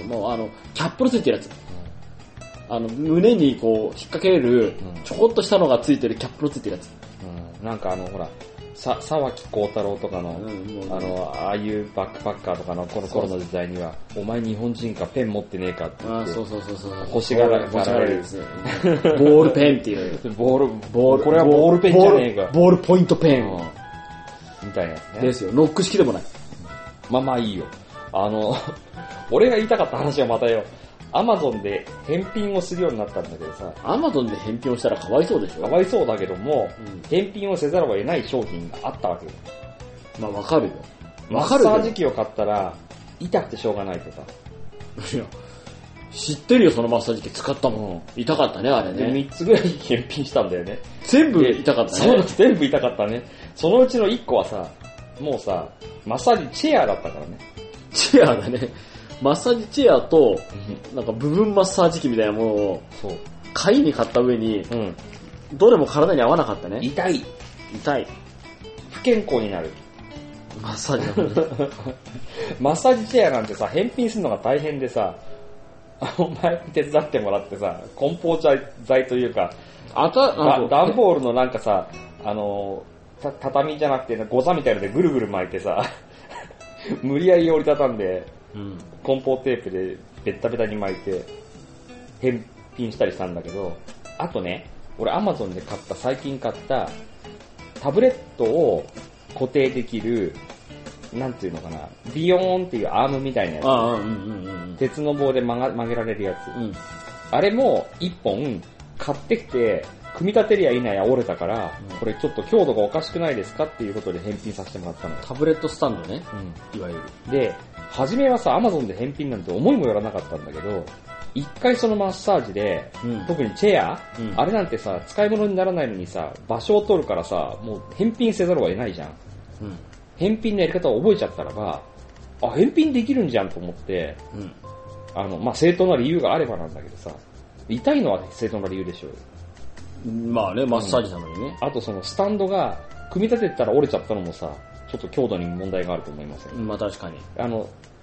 Speaker 2: もう、キャップのついてるやつ。胸にこう、引っ掛ける、ちょこっとしたのがついてるキャップのついてるやつ。
Speaker 1: なんかほら、沢木幸太郎とかの、ああいうバックパッカーとかのこの頃の時代には、お前日本人かペン持ってねえかって言って、
Speaker 2: そう。
Speaker 1: 欲しがられる。
Speaker 2: ボールペンっていう。
Speaker 1: これはボールペンじゃねえか。
Speaker 2: ボールポイントペン。
Speaker 1: みたいなやつね。
Speaker 2: ですよ。ノック式でもない。
Speaker 1: まあいいよ。俺が言いたかった話はまたよ。アマゾンで返品をするようになったんだけどさ。
Speaker 2: アマゾンで返品をしたらかわいそうでしょ？
Speaker 1: かわいそうだけども、返品をせざるを得ない商品があったわけよ。
Speaker 2: まあわかるよ。
Speaker 1: マッサージ機を買ったら、痛くてしょうがないとか。
Speaker 2: いや、知ってるよ、そのマッサージ機使ったもん。痛かったね、あれね。
Speaker 1: 3つぐらい返品したんだよね。
Speaker 2: 全部痛かったね。
Speaker 1: そう、全部痛かったね。そのうちの1個はさ、もうさ、マッサージチェアだったからね。
Speaker 2: チェアだね。マッサージチェアと、なんか部分マッサージ機みたいなものを、買いに買った上に、どれも体に合わなかったね。
Speaker 1: 痛い。不健康になる。
Speaker 2: マッサージだね。
Speaker 1: マッサージチェアなんてさ、返品するのが大変でさ、お前に手伝ってもらってさ、梱包材というか、段ボールのなんかさ、畳じゃなくて、ゴザみたいのでぐるぐる巻いてさ、無理やり折りたたんで、梱包テープでベッタベタに巻いて、返品したりしたんだけど、あとね、俺 Amazon で最近買ったタブレットを固定できる、なんていうのかな、ビヨーンっていうアームみたいなやつ。鉄の棒で曲げられるやつ。あれも1本買ってきて、組み立てりゃいないや折れたから、これちょっと強度がおかしくないですかっていうことで返品させてもらったのよ。
Speaker 2: タブレットスタンドね。いわゆる。
Speaker 1: で、初めはさ、Amazon で返品なんて思いもよらなかったんだけど、一回そのマッサージで、特にチェア、あれなんてさ、使い物にならないのにさ、場所を取るからさ、もう返品せざるを得ないじゃん。返品のやり方を覚えちゃったらば、返品できるんじゃんと思って、まあ、正当な理由があればなんだけどさ、痛いのは正当な理由でしょうよ。
Speaker 2: まあね、マッサージなのにね。
Speaker 1: あとそのスタンドが、組み立てたら折れちゃったのもさ、ちょっと強度に問題があると思いますよね。
Speaker 2: まあ確かに。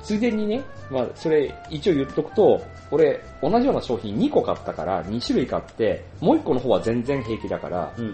Speaker 1: ついでにね、まあ、それ一応言っとくと、俺、同じような商品2個買ったから、2種類買って、もう1個の方は全然平気だから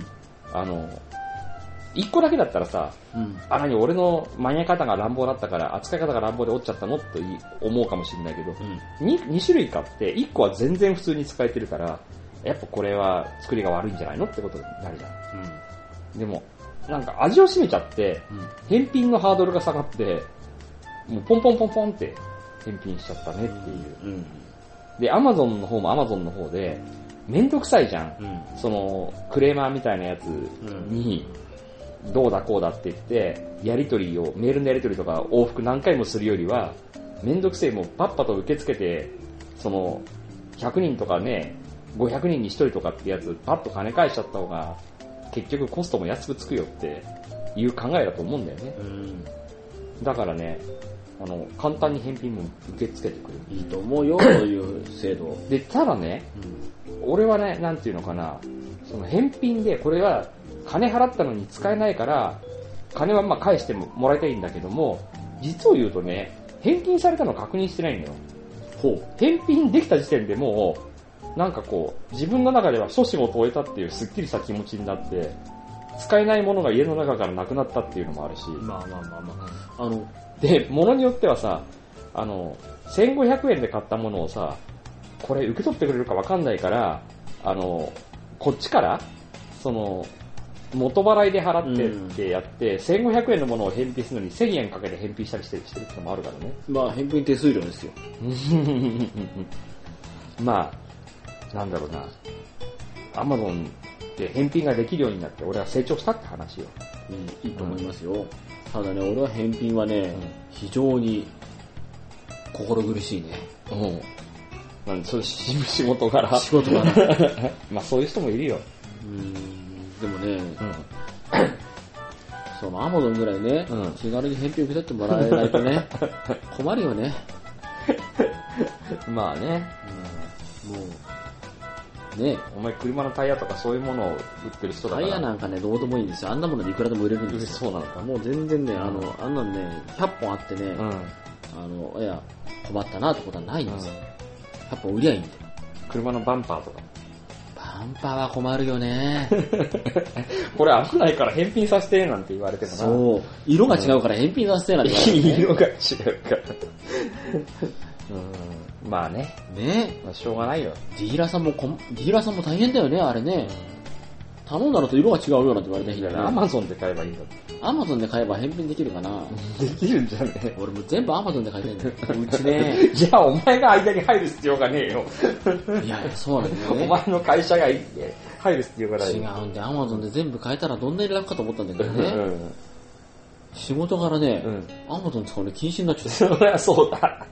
Speaker 1: 、1個だけだったらさ、何俺の曲げ方が乱暴だったから、扱い方が乱暴で折っちゃったのって思うかもしれないけど、2種類買って、1個は全然普通に使えてるから、やっぱこれは作りが悪いんじゃないのってことになるじゃん。でも、なんか味を占めちゃって、返品のハードルが下がって、もうポンポンポンポンって返品しちゃったねっていう。で、Amazon の方も Amazon の方で、めんどくさいじゃん。その、クレーマーみたいなやつに、どうだこうだって言って、やりとりを、メールのやりとりとか往復何回もするよりは、めんどくせえ、もうパッパと受け付けて、その、100人とかね、500人に1人とかってやつ、パッと金返しちゃった方が、結局コストも安くつくよっていう考えだと思うんだよね。だからね、簡単に返品も受け付けてくれる。
Speaker 2: いいと思うよ、そういう制度。
Speaker 1: で、ただね、俺はね、なんていうのかな、その返品で、これは金払ったのに使えないから、金はまあ返してもらいたいんだけども、実を言うとね、返金されたの確認してないんだよ。返品できた時点でもう、なんかこう、自分の中では諸仕事を終えたっていうスッキリした気持ちになって、使えないものが家の中からなくなったっていうのもあるし。で、物によってはさ、1500円で買ったものをさ、これ受け取ってくれるかわかんないから、こっちから、その、元払いで払ってってやって、1500円のものを返品するのに1000円かけて返品したりしてる人もあるからね。
Speaker 2: まあ、返品手数料ですよ。
Speaker 1: まあ、なんだろうな。Amazon で返品ができるようになって、俺は成長したって話よ。
Speaker 2: いいと思いますよ。ただね、俺は返品はね、非常に心苦しいね。
Speaker 1: なんで、それ仕事柄。
Speaker 2: 仕事柄。
Speaker 1: まあ、そういう人もいるよ。
Speaker 2: でもね、その Amazon ぐらいね、気軽に返品受け取ってもらえないとね、困るよね。
Speaker 1: まあね。
Speaker 2: もう、ね、
Speaker 1: お前車のタイヤとかそういうものを売ってる人だから。
Speaker 2: タイヤなんかね、どうでもいいんですよ。あんなものでいくらでも売れるんですよ。
Speaker 1: そうなのか。
Speaker 2: もう全然ね、あんなんね、100本あってね、いや、困ったなってことはないんですよ。100本売りゃいいんだよ。
Speaker 1: 車のバンパーとか。
Speaker 2: バンパーは困るよね。
Speaker 1: これ危ないから返品させてなんて言われてもな。
Speaker 2: そう。色が違うから返品させてなんて言われて、ね。
Speaker 1: 色が違うから。まあね。
Speaker 2: ね、
Speaker 1: まあ、しょうがないよ。
Speaker 2: ディーラーさんも大変だよね、あれね。頼んだのと色が違うよなんて言われた日だね。
Speaker 1: Amazon で買えばいいんだって。
Speaker 2: Amazon で買えば返品できるかな。
Speaker 1: できるんじゃね
Speaker 2: 俺も全部 Amazon で買いたいんだよ。うちね。
Speaker 1: じゃあお前が間に入る必要がねえよ。
Speaker 2: いや、そうなんだよね。
Speaker 1: お前の会社が入る必要がない。
Speaker 2: 違うんで、Amazon で全部買えたらどんなに楽かと思ったんだけどね。仕事柄ね、Amazon 使うの禁止になっちゃった。
Speaker 1: そりゃそうだ。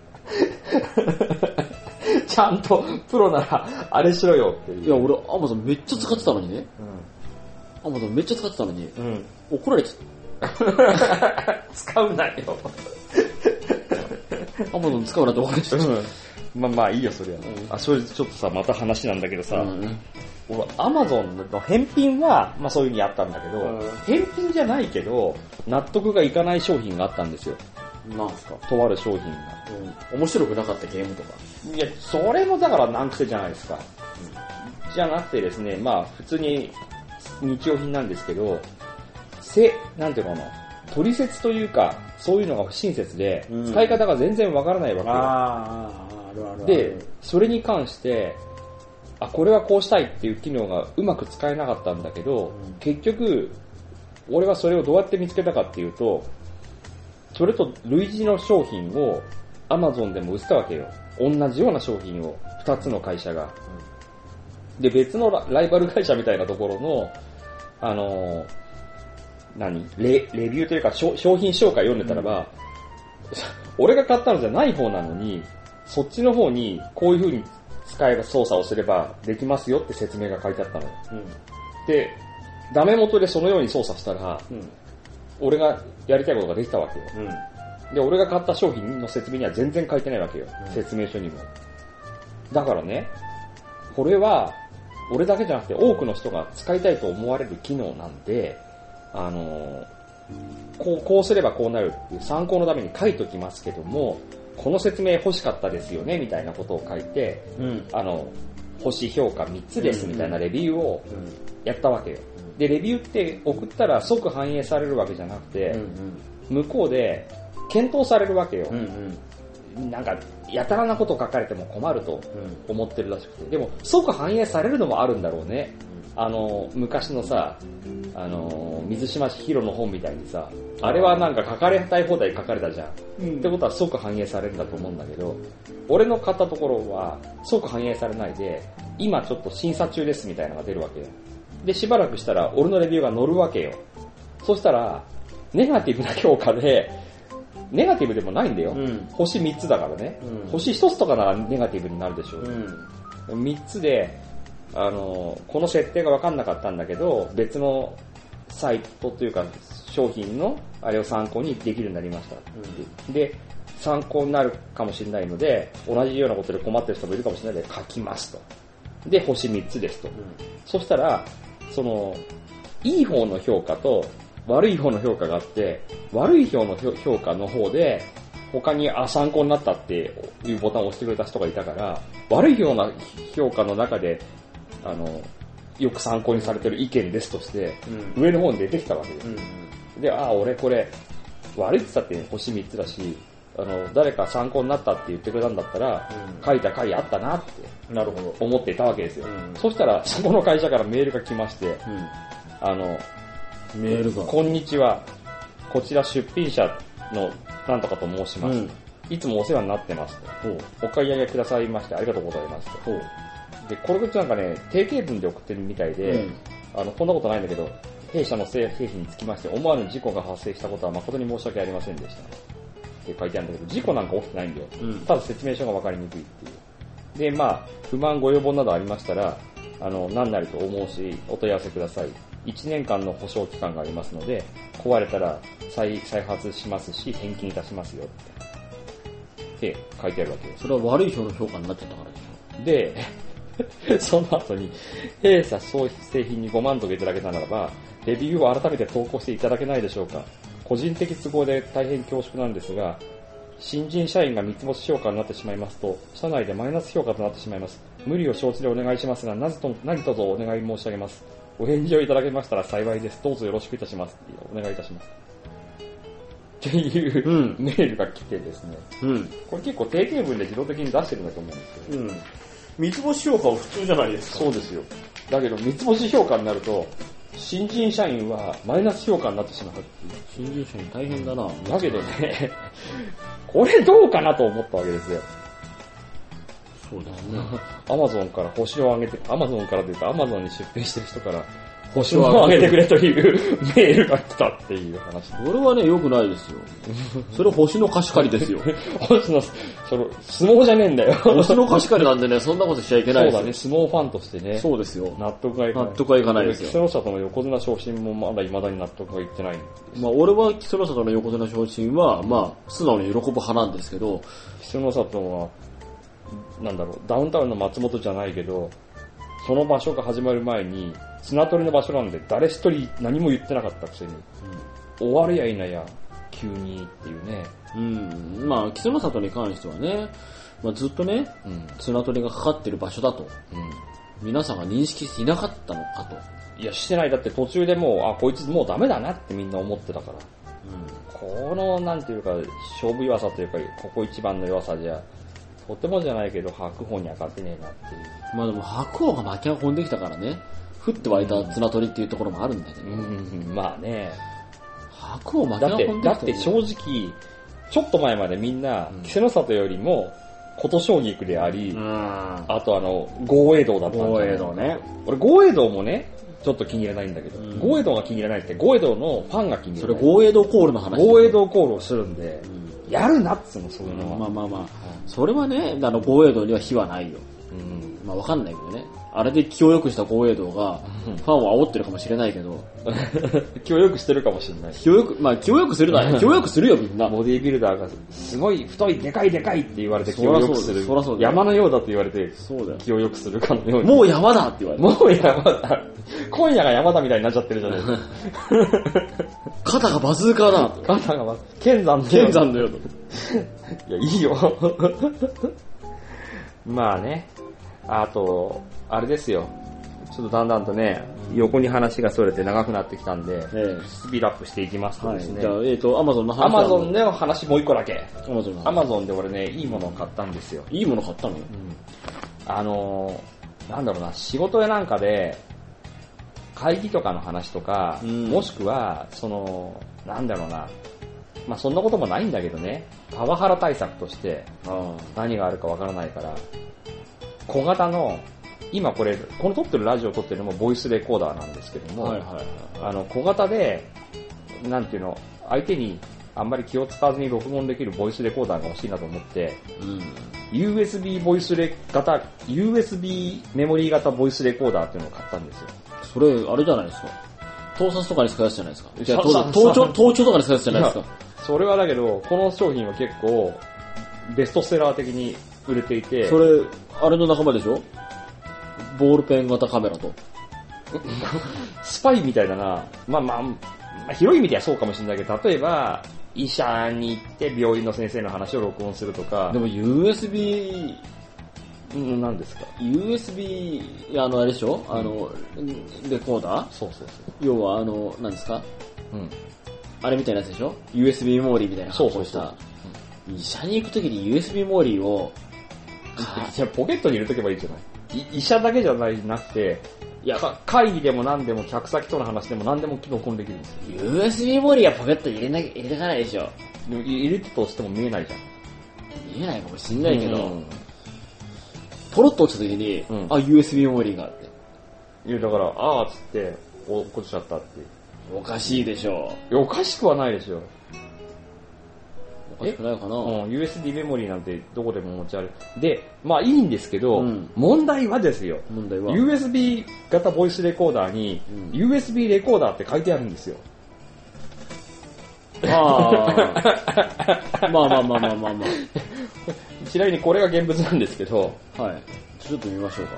Speaker 1: ちゃんとプロならあれしろよっていう。
Speaker 2: いや、俺 Amazon めっちゃ使ってたのにね。Amazon めっちゃ使ってたのに、怒られちゃった。
Speaker 1: 使うなよ。
Speaker 2: Amazon 使うなって怒られちゃった。
Speaker 1: まあいいよ、それは。それちょっとさ、また話なんだけどさ、俺、Amazon の返品は、まあそういう風にあったんだけど、返品じゃないけど、納得がいかない商品があったんですよ。
Speaker 2: なんすか？
Speaker 1: とある商品が。
Speaker 2: 面白くなかったゲームとか。
Speaker 1: いや、それもだから難癖じゃないですか。じゃなくてですね、まあ普通に日用品なんですけど、なんていうのかな、取説というか、そういうのが不親切で、使い方が全然わからないわけよ。で、それに関して、これはこうしたいっていう機能がうまく使えなかったんだけど、結局、俺はそれをどうやって見つけたかっていうと、それと類似の商品を Amazon でも売ってたわけよ。同じような商品を2つの会社が。で、別のライバル会社みたいなところの、レビューというか商品紹介読んでたらば、俺が買ったのじゃない方なのに、そっちの方にこういう風に操作をすればできますよって説明が書いてあったのよ。で、ダメ元でそのように操作したら、俺がやりたいことができたわけよ。で、俺が買った商品の説明には全然書いてないわけよ。説明書にも。だからね、これは、俺だけじゃなくて多くの人が使いたいと思われる機能なんで、こうすればこうなるっていう参考のために書いときますけども、 この説明欲しかったですよねみたいなことを書いて、星評価3つですみたいなレビューをやったわけよ。で、レビューって送ったら即反映されるわけじゃなくて、向こうで検討されるわけよ。なんか、やたらなこと書かれても困ると思ってるらしくて。でも、即反映されるのもあるんだろうね。昔のさ、水島ヒロの本みたいにさ、あれはなんか書かれたい放題書かれたじゃん。ってことは即反映されるんだと思うんだけど、俺の買ったところは即反映されないで、今ちょっと審査中ですみたいなのが出るわけよ。で、しばらくしたら俺のレビューが載るわけよ。そしたら、ネガティブな評価で、ネガティブでもないんだよ。星3つだからね。星1つとかならネガティブになるでしょう。3つで、この設定が分かんなかったんだけど、別のサイトというか商品のあれを参考にできるようになりました。で、参考になるかもしれないので、同じようなことで困ってる人もいるかもしれないので書きますと。で、星3つですと。そしたら、いい方の評価と悪い方の評価があって、悪い方の評価の方で、他に参考になったっていうボタンを押してくれた人がいたから、悪い方の評価の中で、よく参考にされてる意見ですとして、上の方に出てきたわけです。で、俺これ、悪いって言ったって星3つだし、誰か参考になったって言ってくれたんだったら、書いた回あったなって思っていたわけですよ。そしたら、そこの会社からメールが来まして、
Speaker 2: メールが。
Speaker 1: こんにちは。こちら出品者のなんとかと申します。いつもお世話になってますと。お買い上げくださいましてありがとうございますと。で、これなんかね、定型文で送ってるみたいで、こんなことないんだけど、弊社の製品につきまして、思わぬ事故が発生したことは誠に申し訳ありませんでした。って書いてあるんだけど、事故なんか起きてないんだよ。ただ説明書が分かりにくいっていう。で、不満ご要望などありましたら、何なりとお問い合わせください。1年間の保証期間がありますので、壊れたら再発しますし、返金いたしますよって書いてあるわけです。
Speaker 2: それは悪い方の評価になっちゃったからでし
Speaker 1: ょ。で、その後に、弊社製品にご満足いただけたならば、レビューを改めて投稿していただけないでしょうか。個人的都合で大変恐縮なんですが、新人社員が三つ星評価になってしまいますと、社内でマイナス評価となってしまいます。無理を承知でお願いしますが、何卒お願い申し上げます。お返事をいただけましたら幸いです。どうぞよろしくいたします。お願いいたします。っていう、メールが来てですね。これ結構定型文で自動的に出してるんだと思うんですよ。
Speaker 2: 三つ星評価は普通じゃないですか。
Speaker 1: そうですよ。だけど三つ星評価になると、新人社員はマイナス評価になってしまうっていう。
Speaker 2: 新人社員大変だな。
Speaker 1: だけどね、これどうかなと思ったわけですよ。
Speaker 2: そうですね。
Speaker 1: アマゾンから星を上げて、アマゾンからというかアマゾンに出品してる人から星を上げてくれというメールが来たっていう話。
Speaker 2: これはね、良くないですよ。それ星の貸し借りですよ。
Speaker 1: 星の、相撲じゃねえんだよ。
Speaker 2: 星の貸し借りなんでね、そんなことしちゃいけないですよ。
Speaker 1: そうだね、相撲ファンとしてね。
Speaker 2: そうですよ。
Speaker 1: 納得がいかない。
Speaker 2: 納得がいかないですよ。
Speaker 1: 木曽里の横綱昇進もまだ未だに納得がいってないんです。
Speaker 2: 俺は木曽里の横綱昇進は、素直に喜ぶ派なんですけど、
Speaker 1: 木曽里は、ダウンタウンの松本じゃないけど、その場所が始まる前に、綱取りの場所なんで誰一人何も言ってなかったくせに、終わるやいなや、急にっていうね。
Speaker 2: 木曽里に関してはね、ずっとね、綱取りがかかってる場所だと、皆さんが認識していなかったのかと。
Speaker 1: いや、してない。だって途中でもう、こいつもうダメだなってみんな思ってたから。この、なんていうか、勝負弱さというか、ここ一番の弱さじゃ、とてもじゃないけど、白鵬には勝てねえなっていう。
Speaker 2: でも白鵬が巻き運んできたからね、降って湧いた綱取りっていうところもあるんだけど。
Speaker 1: ね。
Speaker 2: 白鵬巻き運んできた。
Speaker 1: だって正直、ちょっと前までみんな、稀勢の里よりも、琴奨菊であり、あと豪栄道だったんじゃない。
Speaker 2: 豪栄道ね。
Speaker 1: 俺豪栄道もね、ちょっと気に入らないんだけど、豪栄道が気に入らないって、豪栄道のファンが気に入らない。
Speaker 2: それ豪栄道コールの話。
Speaker 1: 豪栄道コールをするんで、やるなっつうの、そういうのは。
Speaker 2: それはね、豪栄道には非はないよ。わかんないけどね。 あれで気を良くした高栄道が、ファンを煽ってるかもしれないけど。
Speaker 1: 気を良くしてるかもしれない。
Speaker 2: 気を良くするな。気を良くするよ、みんな。
Speaker 1: ボディービルダーが、すごい太い、でかいって言われて気を良くする。
Speaker 2: そらそうだよ。
Speaker 1: 山のようだと言われて、
Speaker 2: そうだよ。
Speaker 1: 気を良くするかのように。
Speaker 2: もう山だって言われて。
Speaker 1: もう山だ。今夜が山だみたいになっちゃってるじゃないですか。
Speaker 2: 肩がバズーカーだ。
Speaker 1: 肩が剣山だよ。
Speaker 2: 剣山だよと。
Speaker 1: いや、いいよ。まあね。あと、あれですよ。ちょっとだんだんとね、横に話がそれて長くなってきたんで、スピードアップしていきますとですね。
Speaker 2: じゃあ、Amazon の話。
Speaker 1: Amazon での話もう一個だけ。
Speaker 2: Amazon
Speaker 1: で俺ね、いいものを買ったんですよ。
Speaker 2: いいもの買ったの？
Speaker 1: なんだろうな、仕事やなんかで、会議とかの話とか、もしくは、なんだろうな、まあそんなこともないんだけどね、パワハラ対策として、何があるかわからないから、小型の、今この撮ってるラジオを撮ってるのもボイスレコーダーなんですけども、小型で、なんていうの、相手にあんまり気を使わずに録音できるボイスレコーダーが欲しいなと思って、USB ボイス型、USB メモリー型ボイスレコーダーっていうのを買ったんですよ。
Speaker 2: それ、あれじゃないですか。盗撮とかに使うやつじゃないですか。じゃあ、盗聴とかに使うやつじゃないですか。
Speaker 1: それはだけど、この商品は結構、ベストセラー的に売れていて。
Speaker 2: それ、あれの仲間でしょ？ボールペン型カメラと。
Speaker 1: スパイみたいだな。まあ、広い意味ではそうかもしれないけど、例えば、医者に行って病院の先生の話を録音するとか。
Speaker 2: でも USB、
Speaker 1: 何ですか？
Speaker 2: USB、あれでしょ？レコーダー？
Speaker 1: そう。
Speaker 2: 要は、何ですか？あれみたいなやつでしょ？ USB メモリーみたいな。
Speaker 1: そう。
Speaker 2: 医者に行くときに USB メモリーを、
Speaker 1: じゃポケットに入れとけばいいじゃない。医者だけじゃなくて、会議でも何でも客先との話でも何でも録音できるんですよ。
Speaker 2: USB メモリーはポケットに入れてかないでしょ。
Speaker 1: でも入れてとしても見えないじゃん。
Speaker 2: 見えないかもしんないけど、ポロッと落ちた時に、USB メモリーがあって。
Speaker 1: いや、だから、つって、落っこちちゃったって。
Speaker 2: おかしいでしょ。
Speaker 1: いや、おかしくはないでしょ。
Speaker 2: おかしくないかな。
Speaker 1: USB メモリーなんてどこでも持ち歩く。で、まあいいんですけど、問題はですよ。USB 型ボイスレコーダーに、USB レコーダーって書いてあるんですよ。
Speaker 2: まあ。
Speaker 1: ちなみにこれが現物なんですけど、
Speaker 2: はい。ちょっと見ましょう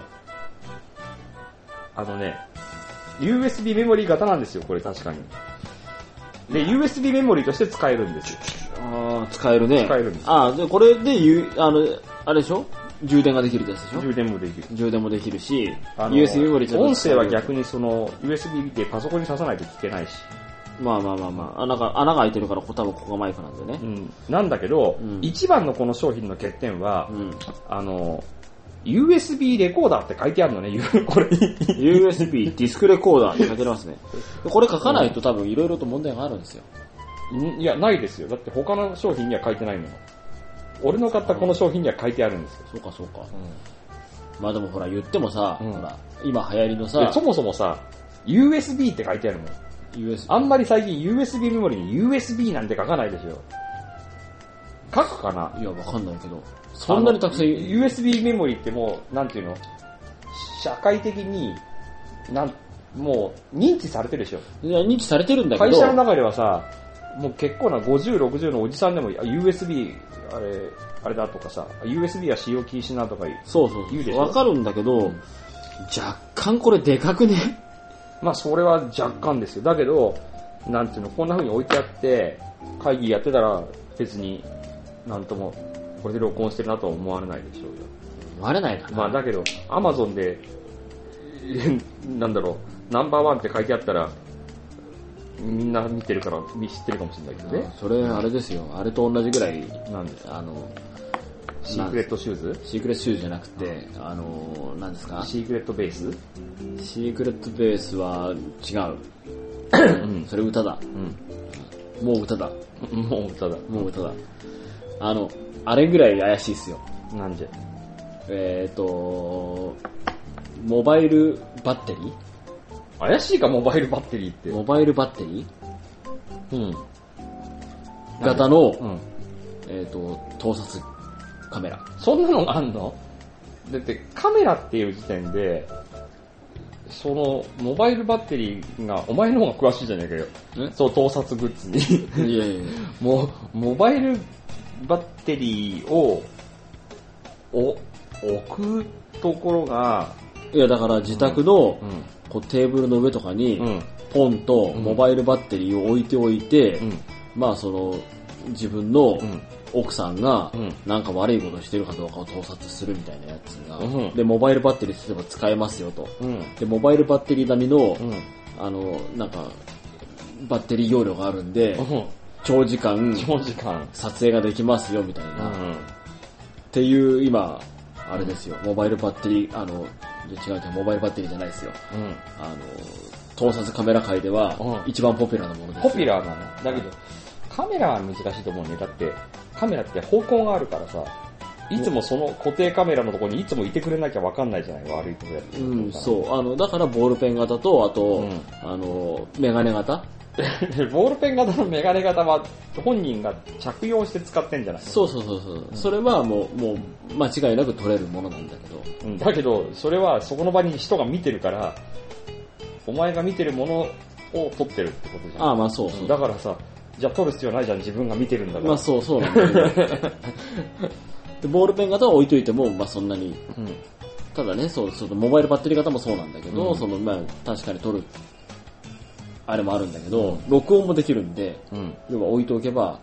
Speaker 2: か。
Speaker 1: USB メモリー型なんですよ、これ確かに。で、USB メモリーとして使えるんですよ。
Speaker 2: 使えるね。
Speaker 1: 使えるんです。
Speaker 2: で、これであれでしょ？充電ができるってやつでしょ？
Speaker 1: 充電もできる。
Speaker 2: 充電もできるし、USB メモリーと
Speaker 1: 音声は逆にUSB でパソコンに挿さないと聞けないし。
Speaker 2: まあ。穴が開いてるから多分ここがマイクなんでね。
Speaker 1: なんだけど、一番のこの商品の欠点は、USB レコーダーって書いてあるのね、これに。
Speaker 2: USB ディスクレコーダーって書いてありますね。これ書かないと多分いろいろと問題があるんですよ。
Speaker 1: いや、ないですよ。だって他の商品には書いてないもの。俺の買ったこの商品には書いてあるんですよ。
Speaker 2: そうか。まあでもほら言ってもさ、ほら今流行りのさ、
Speaker 1: そもそもさ、USB って書いてあるもん。あんまり最近 USB メモリに USB なんて書かないでしょ。書くかな？
Speaker 2: いや、わかんないけど。そんなにたくさん
Speaker 1: USB メモリってもう、なんていうの？社会的に、もう認知されてるでしょ。
Speaker 2: いや、認知されてるんだけど。
Speaker 1: 会社の中ではさ、もう結構な50、60のおじさんでも USB、あれだとかさ、USB は使用禁止なとか言うでしょ。
Speaker 2: わかるんだけど、若干これでかくね？
Speaker 1: まあそれは若干ですよ。だけど、なんていうの、こんな風に置いてあって、会議やってたら別に、なんとも、これで録音してるなとは思われないでしょうよ。
Speaker 2: 思われないかな。
Speaker 1: まあだけど、Amazon で、なんだろう、ナンバーワンって書いてあったら、みんな見てるから知ってるかもしれないけどね。
Speaker 2: それ、あれですよ。あれと同じぐらい、
Speaker 1: なんですかシークレットシューズ？
Speaker 2: シークレットシューズじゃなくて、何ですか？
Speaker 1: シークレットベース？
Speaker 2: シークレットベースは違う。それ歌だ。もう歌だ。あれぐらい怪しいっすよ。
Speaker 1: なんで？
Speaker 2: モバイルバッテリー？
Speaker 1: 怪しいか、モバイルバッテリーって。
Speaker 2: モバイルバッテリー？型の、盗撮カメラ。
Speaker 1: そんなのがあんの？ だってカメラっていう時点で、そのモバイルバッテリーがお前の方が詳しいじゃねえかよ。そう盗撮グッズに
Speaker 2: いやいや
Speaker 1: もうモバイルバッテリーを置くところが、
Speaker 2: いやだから自宅の、こうテーブルの上とかに、ポンとモバイルバッテリーを置いておいて、まあその自分の奥さんがなんか悪いことしてるかどうかを盗撮するみたいなやつが、でモバイルバッテリーすれば使えますよと、でモバイルバッテリー並みの、なんかバッテリー容量があるんで、長時間撮影ができますよみたいな、っていう今あれですよ、モバイルバッテリー違うモバイルバッテリーじゃないですよ、盗撮カメラ界では一番ポピュラーなものです。
Speaker 1: ポピュラーなのだけど、カメラは難しいと思うね。だってカメラって方向があるからさ、いつもその固定カメラのところにいつもいてくれなきゃ分かんないじゃない、悪いことやってる。
Speaker 2: そうだからボールペン型と、あと、メガネ型
Speaker 1: ボールペン型のメガネ型は本人が着用して使ってんじゃないの？
Speaker 2: そう、それはもう間違いなく取れるものなんだけど、
Speaker 1: だけどそれはそこの場に人が見てるから、お前が見てるものを撮ってるってことじゃん。
Speaker 2: まあそう。
Speaker 1: だからさ、じゃあ撮る必要ないじゃん、自分が見てるんだから。
Speaker 2: まあそうなんだけどでボールペン型は置いといても、まあそんなに、ただね、そうモバイルバッテリー型もそうなんだけど、まあ確かに撮るあれもあるんだけど、録音もできるんで、要は置いておけば、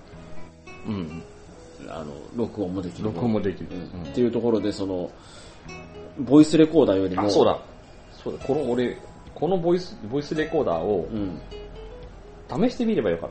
Speaker 2: 録音もできる。っていうところで、そのボイスレコーダーよりも、
Speaker 1: そうだ。このボイスレコーダーを試してみればよかった。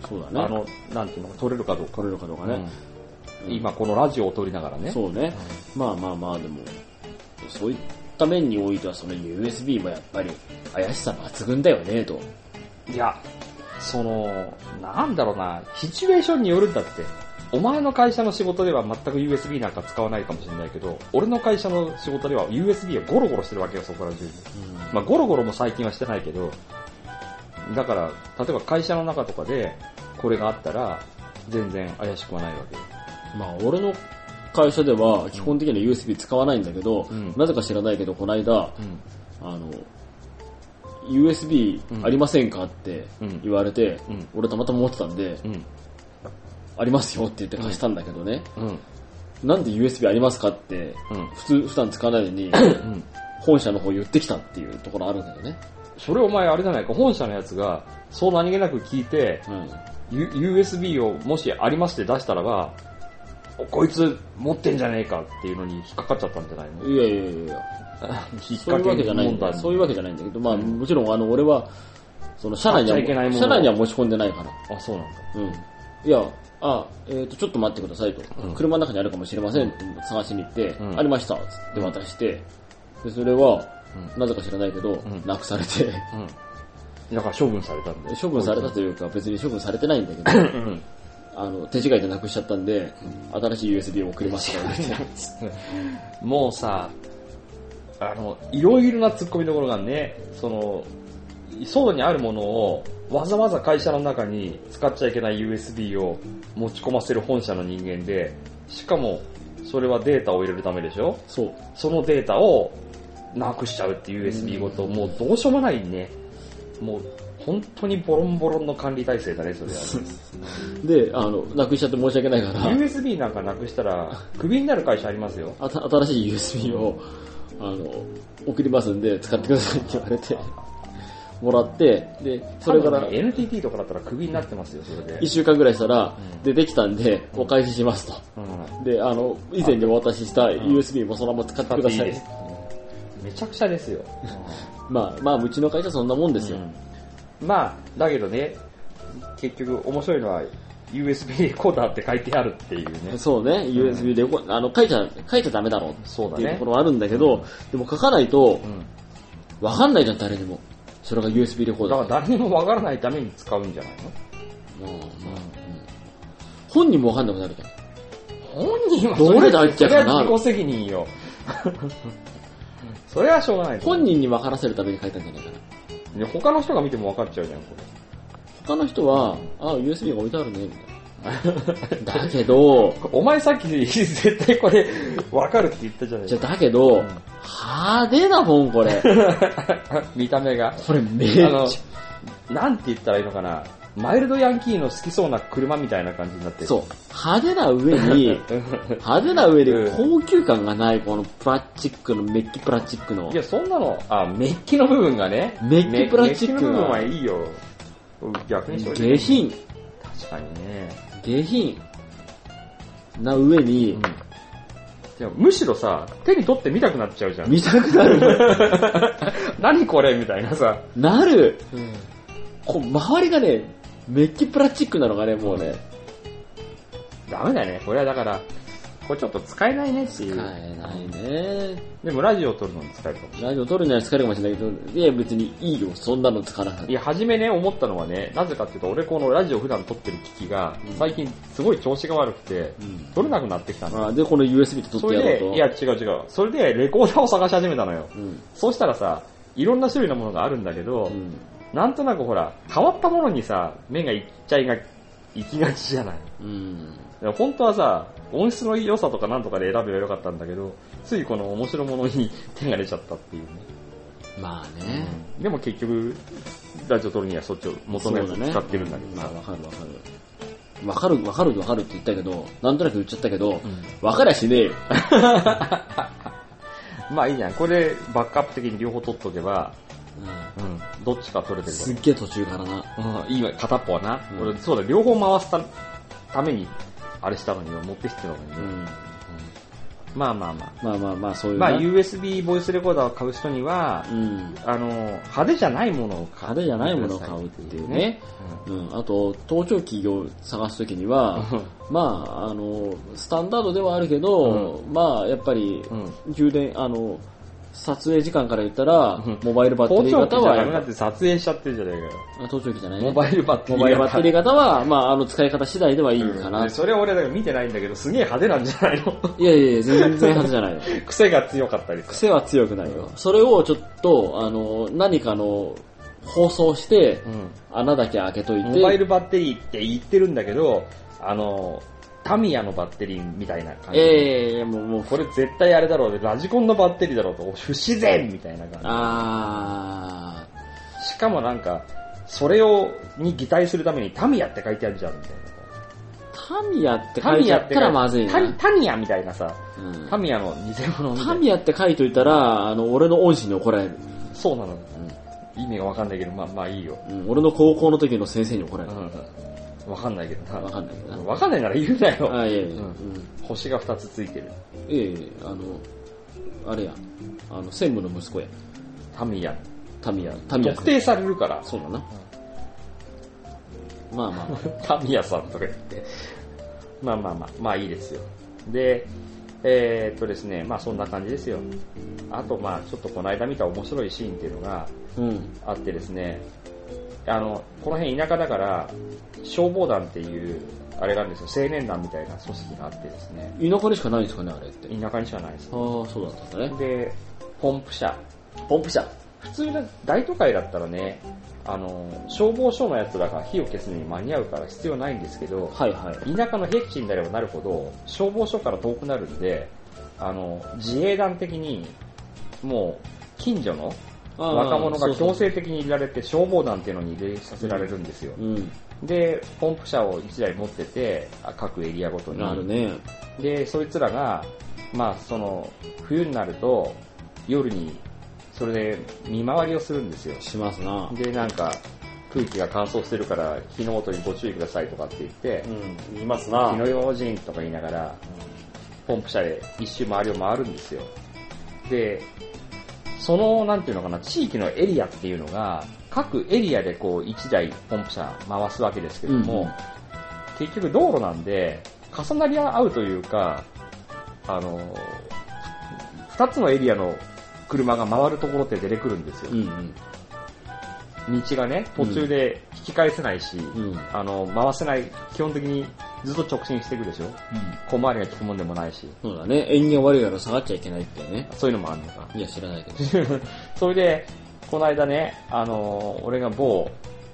Speaker 2: そうだね。
Speaker 1: なんていうの、撮れるかどうかね。今このラジオを撮りながらね。
Speaker 2: そうね。まあでも、そういった面においてはその USB もやっぱり怪しさ抜群だよねと。
Speaker 1: いや、なんだろうな、シチュエーションによるんだって。お前の会社の仕事では全く USB なんか使わないかもしれないけど、俺の会社の仕事では USB がゴロゴロしてるわけよ、そこら中に。まあゴロゴロも最近はしてないけど、だから、例えば会社の中とかでこれがあったら全然怪しくはないわけよ。
Speaker 2: まあ俺の会社では基本的には USB 使わないんだけど、なぜか知らないけどこの間、USB ありませんかって言われて、俺たまたま持ってたんで、ありますよって言って貸したんだけどね、なんで USB ありますかって、普段使わないのに、本社の方言ってきたっていうところあるんだよね。
Speaker 1: それお前あれじゃないか、本社のやつがそう何気なく聞いて、USB をもしありますって出したらば、こいつ持ってんじゃねえかっていうのに引っかかっちゃったんじゃないの？
Speaker 2: いやそういうわけじゃないんだ。そういうわけじゃないんだけど、まあもちろん俺はその社内には持ち込んでないから。
Speaker 1: あ、そうなんだ。
Speaker 2: いや、ちょっと待ってくださいと。車の中にあるかもしれませんって探しに行って、ありましたっつって渡して、でそれはなぜか知らないけどなくされて、
Speaker 1: だから処分されたんで。
Speaker 2: 処分されたというか別に処分されてないんだけど、手違いでなくしちゃったんで、新しい USB を送りましたよ
Speaker 1: もうさ、いろいろな突っ込みどころがね、外にあるものをわざわざ会社の中に使っちゃいけない USB を持ち込ませる本社の人間で、しかもそれはデータを入れるためでしょ？
Speaker 2: そう。
Speaker 1: そのデータをなくしちゃうっていう USB ごと、もうどうしようもないね。もう本当にボロンボロンの管理体制だね、それは。
Speaker 2: で、なくしちゃって申し訳ないから。
Speaker 1: USB なんかなくしたら、クビになる会社ありますよ。
Speaker 2: 新しい USB を、送りますんで、使ってくださいって言われて、もらって、で、それから、
Speaker 1: NTT とかだったらクビになってますよ、それで。
Speaker 2: 1週間ぐらいしたら、できたんで、お返ししますと。で、以前にお渡しした USB もそのまま使ってください。
Speaker 1: めちゃくちゃですよ。
Speaker 2: まあ、うちの会社そんなもんですよ。
Speaker 1: まあ、だけどね、結局面白いのは USB レコーダーって書いてあるっていうね。
Speaker 2: そうね、USB レコーダー、書いちゃダメだろうっていうところはあるんだけど、でも書かないと、わかんないじゃん、誰にも。それが USB レコーダー。
Speaker 1: だから誰にもわからないために使うんじゃないの？
Speaker 2: 本人もわかんなくなるから。
Speaker 1: 本人は
Speaker 2: どれだっけかな？
Speaker 1: それは自己責任よ。それはしょうがない。
Speaker 2: 本人に分からせるために書いたんじゃないかな。
Speaker 1: 他の人が見ても分かっちゃうじゃん、これ。
Speaker 2: 他の人は、USB が置いてあるね、みたいな。 だけど、
Speaker 1: お前さっき絶対これわかるって言ったじゃない
Speaker 2: じゃだけど、派手なもん、これ。
Speaker 1: 見た目が。
Speaker 2: これめっちゃ、
Speaker 1: なんて言ったらいいのかな。マイルドヤンキーの好きそうな車みたいな感じになってる。
Speaker 2: そう。派手な上に、派手な上で高級感がない、このプラスチックの、メッキプラスチックの。
Speaker 1: いや、そんなの、メッキの部分がね。
Speaker 2: メッキプラスチックが。
Speaker 1: メッキの部分はいいよ。逆にそれ
Speaker 2: 下品。
Speaker 1: 確かにね。
Speaker 2: 下品。な上に、
Speaker 1: でもむしろさ、手に取って見たくなっちゃうじゃん。
Speaker 2: 見たくなる。
Speaker 1: 何これみたいなさ。
Speaker 2: なる。こう周りがね、メッキプラスチックなのがね、もうね。
Speaker 1: ダメだね。これはだから、これちょっと使えないねっていう。
Speaker 2: 使えないね。
Speaker 1: でもラジオを撮るのに使えるかもしれない。
Speaker 2: ラジオ撮るには使えるかもしれないけど、いや別にいいよ、そんなの使わなくて。
Speaker 1: いや、初めね、思ったのはね、なぜかっていうと、俺このラジオ普段撮ってる機器が、最近すごい調子が悪くて、撮れなくなってきたんだよ。
Speaker 2: で、この USB で撮ってやろうと。
Speaker 1: それで、いや、違う。それでレコーダーを探し始めたのよ。そうしたらさ、いろんな種類のものがあるんだけど、なんとなくほら、変わったものにさ、目が行きがちじゃない。本当はさ、音質の良さとかなんとかで選べばよかったんだけど、ついこの面白いものに手が出ちゃったっていうね。
Speaker 2: まあね。
Speaker 1: でも結局、ラジオ撮るにはそっちを元のやつを使ってるんだけどさ。
Speaker 2: わかるって言ったけど、なんとなく言っちゃったけど、わかりゃしねえよ。
Speaker 1: まあいいじゃん。これバックアップ的に両方撮っとけば、どっちか撮れてるから。
Speaker 2: すっげえ途中からな。
Speaker 1: いいわ、片っぽはな。俺、そうだ、両方回すために、あれしたのに、持ってきてたのにね。まあ、そういう。まあ、USB ボイスレコーダーを買う人には、派手じゃないものを買う。
Speaker 2: 派手じゃないものを買うっていうね。あと、盗聴器を探すときには、まあ、スタンダードではあるけど、まあ、やっぱり、充電、撮影時間から言ったら、モバイルバッテリー型は、
Speaker 1: だって撮影しちゃってるじゃないかよ。
Speaker 2: 盗聴器じゃないね。
Speaker 1: モバイルバッテリー
Speaker 2: 型は、まあ、使い方次第ではいいかな。
Speaker 1: それは俺だから見てないんだけど、すげえ派手なんじゃないの？
Speaker 2: いや、全然派手じゃないの。
Speaker 1: 癖が強かったり。
Speaker 2: 癖は強くないよ。それをちょっと、何かの、放送して、穴だけ開けといて。
Speaker 1: モバイルバッテリーって言ってるんだけど、タミヤのバッテリーみたいな感じ。
Speaker 2: もう
Speaker 1: これ絶対あれだろうで、ラジコンのバッテリーだろうと、不自然みたいな感じ。しかもなんか、それに擬態するためにタミヤって書いてあるじゃん、みたいな。
Speaker 2: タミヤって書いてあったらまずいな。
Speaker 1: タミヤみたいなさ、タミヤの偽物みたいな。
Speaker 2: タミヤって書いといたら、俺の恩師に怒られる。
Speaker 1: そうなの。意味がわかんないけど、まあいいよ。
Speaker 2: 俺の高校の時の先生に怒られる。
Speaker 1: わかんないけどな。
Speaker 2: わかんないけどな。
Speaker 1: わかんないなら言うなよ。
Speaker 2: いや。
Speaker 1: 星が2つついてる。
Speaker 2: あれや。専務の息子や。
Speaker 1: タミヤ。
Speaker 2: 特
Speaker 1: 定されるから。
Speaker 2: そうだな。まあ。
Speaker 1: タミヤさんとか言って。まあいいですよ。で、ですね、まあそんな感じですよ。あとまあちょっとこの間見た面白いシーンっていうのがあってですね、この辺田舎だから消防団っていうあれがあるんですよ。青年団みたいな組織があってですね。
Speaker 2: 田舎にしかないんですかね、あれって。
Speaker 1: 田舎にしかないです。
Speaker 2: そうだったんだね。
Speaker 1: で、ポンプ車。普通の大都会だったらね、消防署のやつらが火を消すのに間に合うから必要ないんですけど、田舎の僻地になればなるほど消防署から遠くなるんで、自衛団的にもう近所の若者が強制的に入れられて消防団っていうのに入れさせられるんですよ。で、ポンプ車を1台持ってて、各エリアごとに。
Speaker 2: あるね。
Speaker 1: で、そいつらが、まあ冬になると夜にそれで見回りをするんですよ。
Speaker 2: しますな。
Speaker 1: で、なんか、空気が乾燥してるから火の元にご注意くださいとかって言って、
Speaker 2: 言いますな。
Speaker 1: 火の用心とか言いながら、ポンプ車で一周周りを回るんですよ。で、その、なんていうのかな、地域のエリアっていうのが、各エリアでこう1台ポンプ車回すわけですけども、結局道路なんで、重なり合うというか、2つのエリアの車が回るところって出てくるんですよ。道がね、途中で引き返せないし、回せない、基本的にずっと直進していくでしょ。小回りが利くもんでもないし。
Speaker 2: そうだね。縁起が悪いから下がっちゃいけないってね。
Speaker 1: そういうのもあるのか。
Speaker 2: いや、知らないけど。
Speaker 1: それで、この間ね、俺が某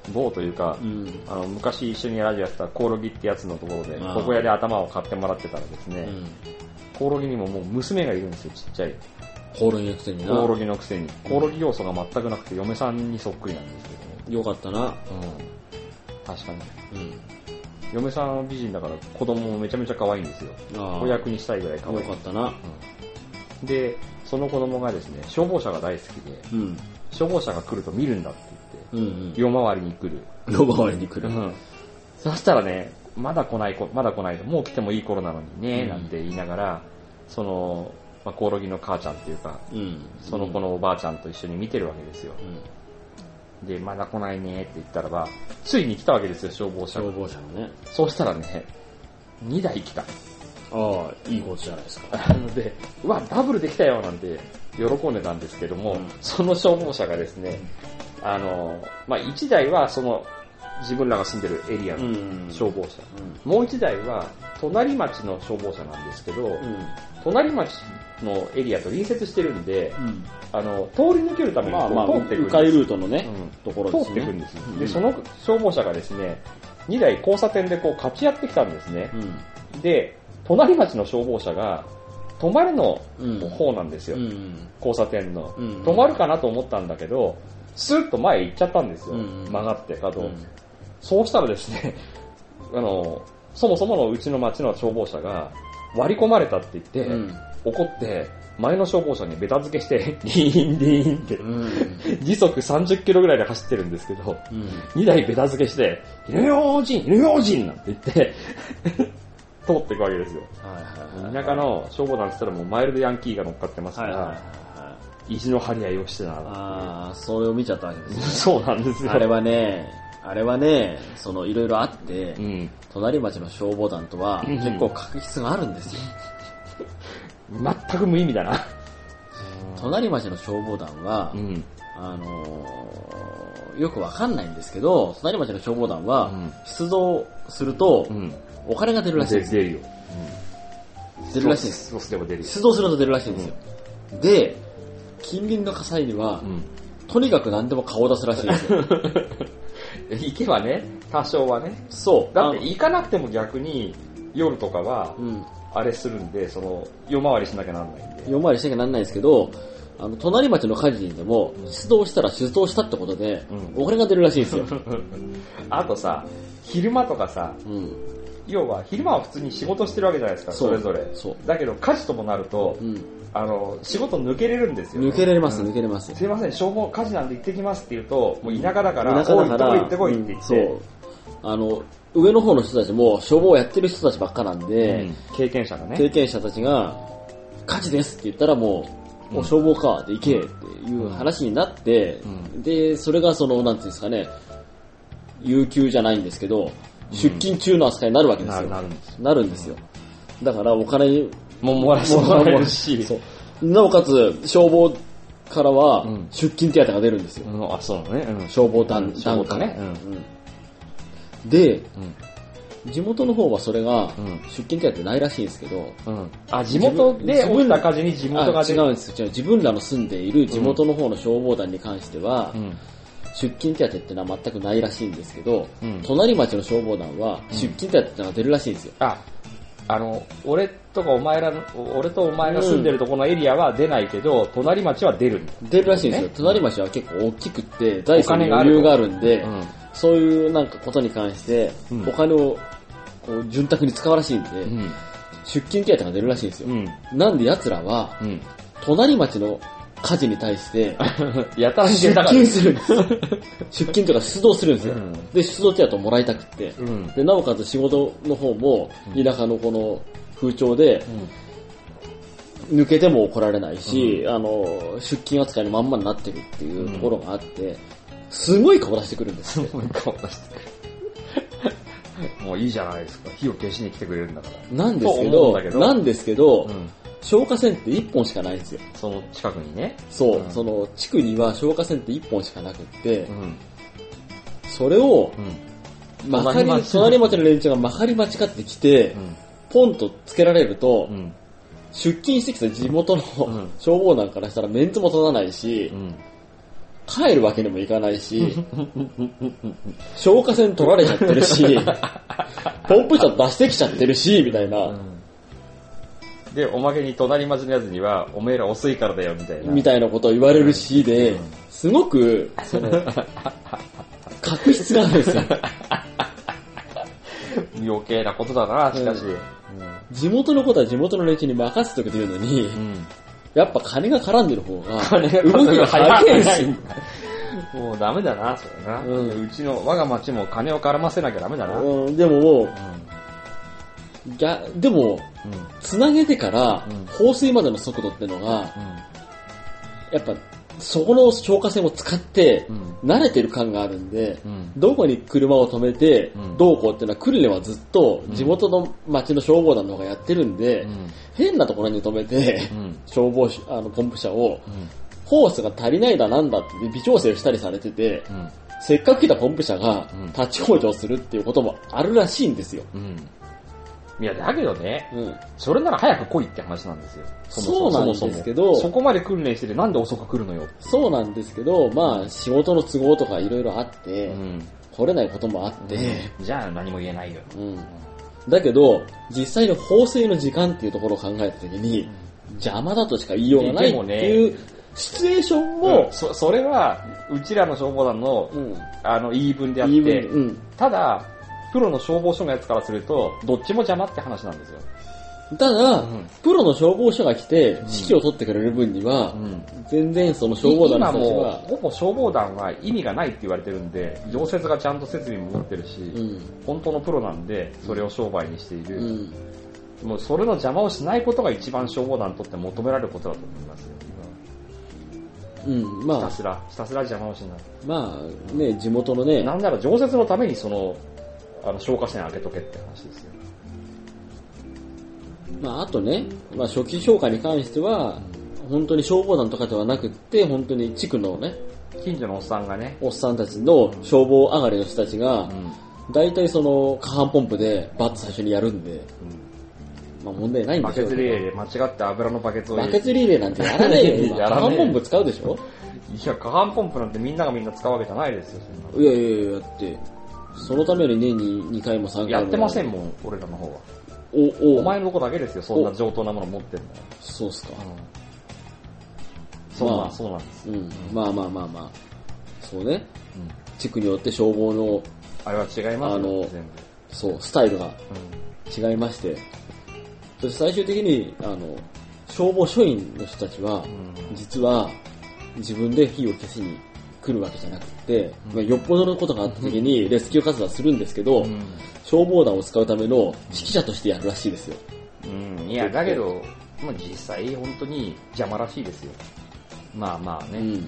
Speaker 1: 某というか、昔一緒にラジオやったコオロギってやつのところで、床屋で頭を買ってもらってたらですね、コオロギにももう娘がいるんですよ、ちっちゃい。
Speaker 2: コオロギのくせにな。
Speaker 1: コオロギのくせに。コオロギ要素が全くなくて、嫁さんにそっくりなんですけど。
Speaker 2: よかったな。
Speaker 1: 確かに。嫁さんは美人だから子供もめちゃめちゃ可愛いんですよ。子役にしたいぐらい可愛い。
Speaker 2: よかったな。
Speaker 1: で、その子供がですね、消防車が大好きで、消防車が来ると見るんだって言って、夜回りに来る。
Speaker 2: 夜回りに来る。
Speaker 1: そしたらね、まだ来ない、もう来てもいい頃なのにね、なんて言いながら、その、コオロギの母ちゃんっていうか、その子のおばあちゃんと一緒に見てるわけですよ。で、まだ来ないねって言ったらば、ついに来たわけですよ、消防車が。
Speaker 2: 消防車のね。
Speaker 1: そうしたらね、2台来た。
Speaker 2: ああ、いいことじゃないですか。
Speaker 1: で、うわ、ダブルできたよなんて喜んでたんですけども、その消防車がですね、1台はその自分らが住んでるエリアの消防車、もう1台は隣町の消防車なんですけど、隣町のエリアと隣接してるんで、通り抜けるために通ってくる。
Speaker 2: 迂回ルートのね、ところですね。
Speaker 1: 通ってくるんですよ。で、その消防車がですね、2台交差点でこう勝ち合ってきたんですね。で、隣町の消防車が止まるの方なんですよ。交差点の。止まるかなと思ったんだけど、スーッと前行っちゃったんですよ。曲がって角を。そうしたらですね、そもそものうちの町の消防車が割り込まれたって言って、怒って、前の消防車にベタ付けして、リーンリーンって、時速30キロぐらいで走ってるんですけど、2台ベタ付けして、犬用心なんて言って、通っていくわけですよ。田舎の消防団って言ったらもうマイルドヤンキーが乗っかってますから、意地の張り合いをしてな。
Speaker 2: それを見ちゃったわけですね。
Speaker 1: そうなんですよ。
Speaker 2: あれはね、いろいろあって、隣町の消防団とは結構確執があるんですよ。
Speaker 1: 全く無意味だな。
Speaker 2: 隣町の消防団は、よくわかんないんですけど、隣町の消防団は、出動すると、お金が出るらしいんですよ。
Speaker 1: 出るよ。
Speaker 2: 出るらしいんです。出動すると出るらしいんですよ。で、近隣の火災には、とにかく何でも顔を出すらしいんですよ。
Speaker 1: 行けばね、多少はね。
Speaker 2: そう。
Speaker 1: だって行かなくても逆に夜とかは、あれするんで、夜回りしなきゃなんないんで。
Speaker 2: 夜回りしなきゃなんないんですけど、隣町の火事にでも、出動したら出動したってことで、お金が出るらしいんですよ。
Speaker 1: あとさ、昼間とかさ、要は昼間は普通に仕事してるわけじゃないですか、それぞれ。だけど火事ともなると、仕事抜けれるんですよ、ね。
Speaker 2: 抜けれます。
Speaker 1: すいません、消防火事なんで行ってきますって言うと、もう田舎だから、行ってこいって言って。
Speaker 2: 上の方の人たちも消防をやってる人たちばっかなんで、
Speaker 1: 経験者
Speaker 2: たちが、火事ですって言ったらもう、消防かで行けっていう話になって、で、それがなんていうんですかね、有給じゃないんですけど、出勤中の扱いになるわけですよ。なるんですよ。だからお金
Speaker 1: ももらえるし、
Speaker 2: なおかつ消防からは出勤手当が出るんですよ。
Speaker 1: そうね。
Speaker 2: 消防団かね。で、地元の方はそれが出勤手当ないらしいんですけど、
Speaker 1: 地元で起きた火事に地元が出る。
Speaker 2: 違うんですよ。自分らの住んでいる地元の方の消防団に関しては、出勤手当ってのは全くないらしいんですけど、隣町の消防団は出勤手当ってのが出るらしいんですよ。
Speaker 1: 俺とお前が住んでるところのエリアは出ないけど、隣町は出る。
Speaker 2: 出るらしいんですよ。隣町は結構大きくって財産に余裕があるんで、そういうなんかことに関して、お金をこう潤沢に使うらしいんで、出勤手当が出るらしいんですよ。なんで奴らは、隣町の火事に対して、
Speaker 1: やたら
Speaker 2: 出勤するんです。出勤とか出動するんですよ。で、出動手当をもらいたくって。で、なおかつ仕事の方も、田舎のこの風潮で、抜けても怒られないし、出勤扱いのまんまになってるっていうところがあって、すごい顔出してくるんですよ。
Speaker 1: すごい顔出してくる。もういいじゃないですか。火を消しに来てくれるんだから。
Speaker 2: なんですけど、消火栓って1本しかないんですよ。
Speaker 1: その近くにね。
Speaker 2: そう、その地区には消火栓って1本しかなくって、それを、隣町の連中がまかり間違ってきて、ポンとつけられると、出勤してきた地元の消防団からしたらメンツも取らないし、 帰るわけにもいかないし、消火栓取られちゃってるし、ポンプ車出してきちゃってるし、みたいな。
Speaker 1: で、おまけに隣町のやつには、おめえら遅いからだよ、みたいな。
Speaker 2: みたいなことを言われるしで、すごく、確執なんですよ。
Speaker 1: 余計なことだな、しかし。
Speaker 2: 地元のことは地元の連中に任せておくというのに、やっぱ金が絡んでる方が、動きが早いんですよ。
Speaker 1: もうダメだな、それな。うちの、我が町も金を絡ませなきゃダメだな。
Speaker 2: でももう、でも、繋げてから放水までの速度ってのが、やっぱそこの消火栓を使って慣れてる感があるんで、どこに車を止めてどうこうっていうのは訓練はずっと地元の町の消防団の方がやってるんで、変なところに止めて消防ポンプ車をホースが足りないだなんだって微調整したりされてて、せっかく来たポンプ車が立ち往生するっていうこともあるらしいんですよ。
Speaker 1: いや、だけどね、それなら早く来いって話なんですよ。
Speaker 2: そうなんですけど、
Speaker 1: そこまで訓練しててなんで遅く来るのよ。
Speaker 2: そうなんですけど、まあ仕事の都合とかいろいろあって、来れないこともあって、
Speaker 1: じゃあ何も言えないよ。
Speaker 2: だけど、実際に放水の時間っていうところを考えたときに、邪魔だとしか言いようがないっていうシチュエーションも、
Speaker 1: それは、うちらの消防団の、言い分であって、ただ、プロの消防署のやつからすると、どっちも邪魔って話なんですよ。
Speaker 2: ただ、プロの消防署が来て、指揮を取ってくれる分には、全然その消防団の人たちは。
Speaker 1: 今も、ほぼ消防団は意味がないって言われてるんで、常設がちゃんと設備も持ってるし、本当のプロなんで、それを商売にしている。もうそれの邪魔をしないことが一番消防団にとって求められることだと思いますよ。
Speaker 2: まあ、
Speaker 1: ひたすら邪魔をしない。
Speaker 2: まあ、ね、地元のね。
Speaker 1: なんなら常設のために消火栓開けとけって話ですよ。
Speaker 2: まあ、あとね、まあ、初期消火に関しては、本当に消防団とかではなくって、本当に地区のね、
Speaker 1: 近所のおっさんがね、
Speaker 2: おっさんたちの消防上がりの人たちが、大体その、下半ポンプでバッと最初にやるんで、まあ問題ないんですよ。
Speaker 1: バケツリレーで間違って油のバケツを
Speaker 2: バケツリレーなんてやらねえよ。下半ポンプ使うでしょ？
Speaker 1: いや、下半ポンプなんてみんながみんな使うわけじゃないですよ、
Speaker 2: いやいやいや、だって、そのために年に2回も3回も。
Speaker 1: やってませんもん、俺らの方は。お前のとこだけですよ、そんな上等なもの持ってるの。
Speaker 2: そうっすか。
Speaker 1: そうなんです。
Speaker 2: まあ。そうね。地区によって消防の、
Speaker 1: あれは違いますよ、全部。
Speaker 2: そう、スタイルが違いまして。そして最終的に、消防署員の人たちは、実は自分で火を消しに来るわけじゃなくて、まあ、よっぽどのことがあった時にレスキュー活動はするんですけど、消防団を使うための指揮者としてやるらしいですよ。
Speaker 1: いや、だけど、まあ、実際本当に邪魔らしいですよ。まあね。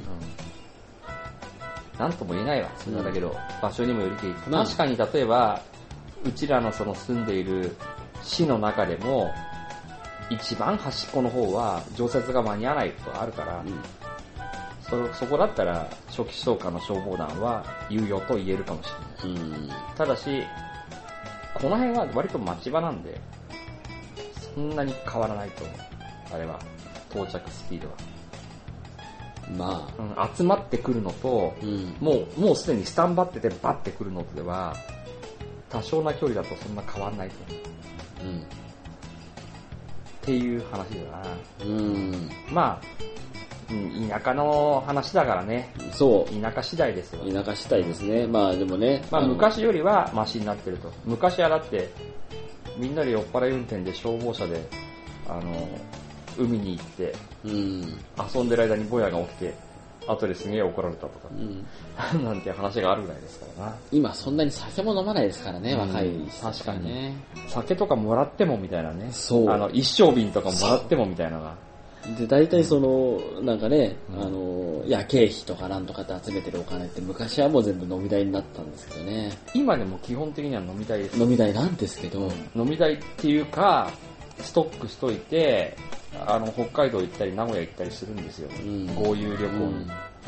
Speaker 1: なんとも言えないわ、それだけど、場所にもよりけり。確かに例えば、うちらのその住んでいる市の中でも、一番端っこの方は常設が間に合わないことがあるから、そこだったら初期消火の消防団は有用と言えるかもしれない。ただし、この辺は割と町場なんで、そんなに変わらないと思う。あれは、到着スピードは。
Speaker 2: ま
Speaker 1: あ、集まってくるのと、もうすでにスタンバっててバッてくるのとでは、多少な距離だとそんな変わらないと思う。っていう話だな。まあ、田舎の話だからね。
Speaker 2: そう。
Speaker 1: 田舎次第ですよ。
Speaker 2: 田舎次第ですね。まあでもね。
Speaker 1: まあ昔よりはマシになってると。昔はだって、みんなで酔っ払い運転で消防車で、海に行って、遊んでる間にボヤが起きて、後ですげえ怒られたとか、なんて話があるぐらいですからな。
Speaker 2: 今そんなに酒も飲まないですからね、若い人。
Speaker 1: 確かにね。酒とかもらってもみたいなね。そう。一升瓶とかもらってもみたいなのが。
Speaker 2: で、大体その、なんかね、夜景費とかなんとかって集めてるお金って昔はもう全部飲み代になったんですけどね。
Speaker 1: 今でも基本的には飲み代です。
Speaker 2: 飲み代なんですけど。
Speaker 1: 飲み代っていうか、ストックしといて、北海道行ったり名古屋行ったりするんですよ。豪遊旅行に。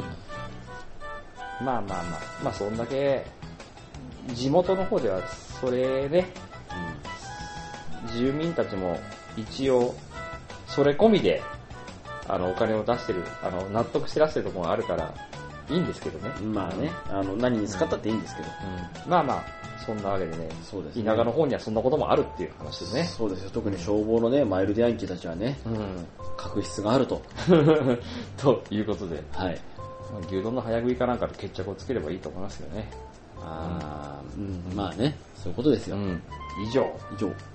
Speaker 1: まあ、そんだけ、地元の方ではそれね、住民たちも一応、それ込みで、お金を出してる、納得して出してるところがあるから、 いいんですけどね。
Speaker 2: まあね、何に使ったっていいんですけど。
Speaker 1: まあまあ、そんなわけでね、
Speaker 2: そうですね。
Speaker 1: 田舎の方にはそんなこともあるっていう話ですね。
Speaker 2: そうですよ。特に消防のね、マイルドヤンキーたちはね、確執があると。
Speaker 1: ということで、
Speaker 2: はい。
Speaker 1: 牛丼の早食いかなんかで決着をつければいいと思いますけどね。
Speaker 2: まあね、そういうことですよ。
Speaker 1: 以上。
Speaker 2: 以上。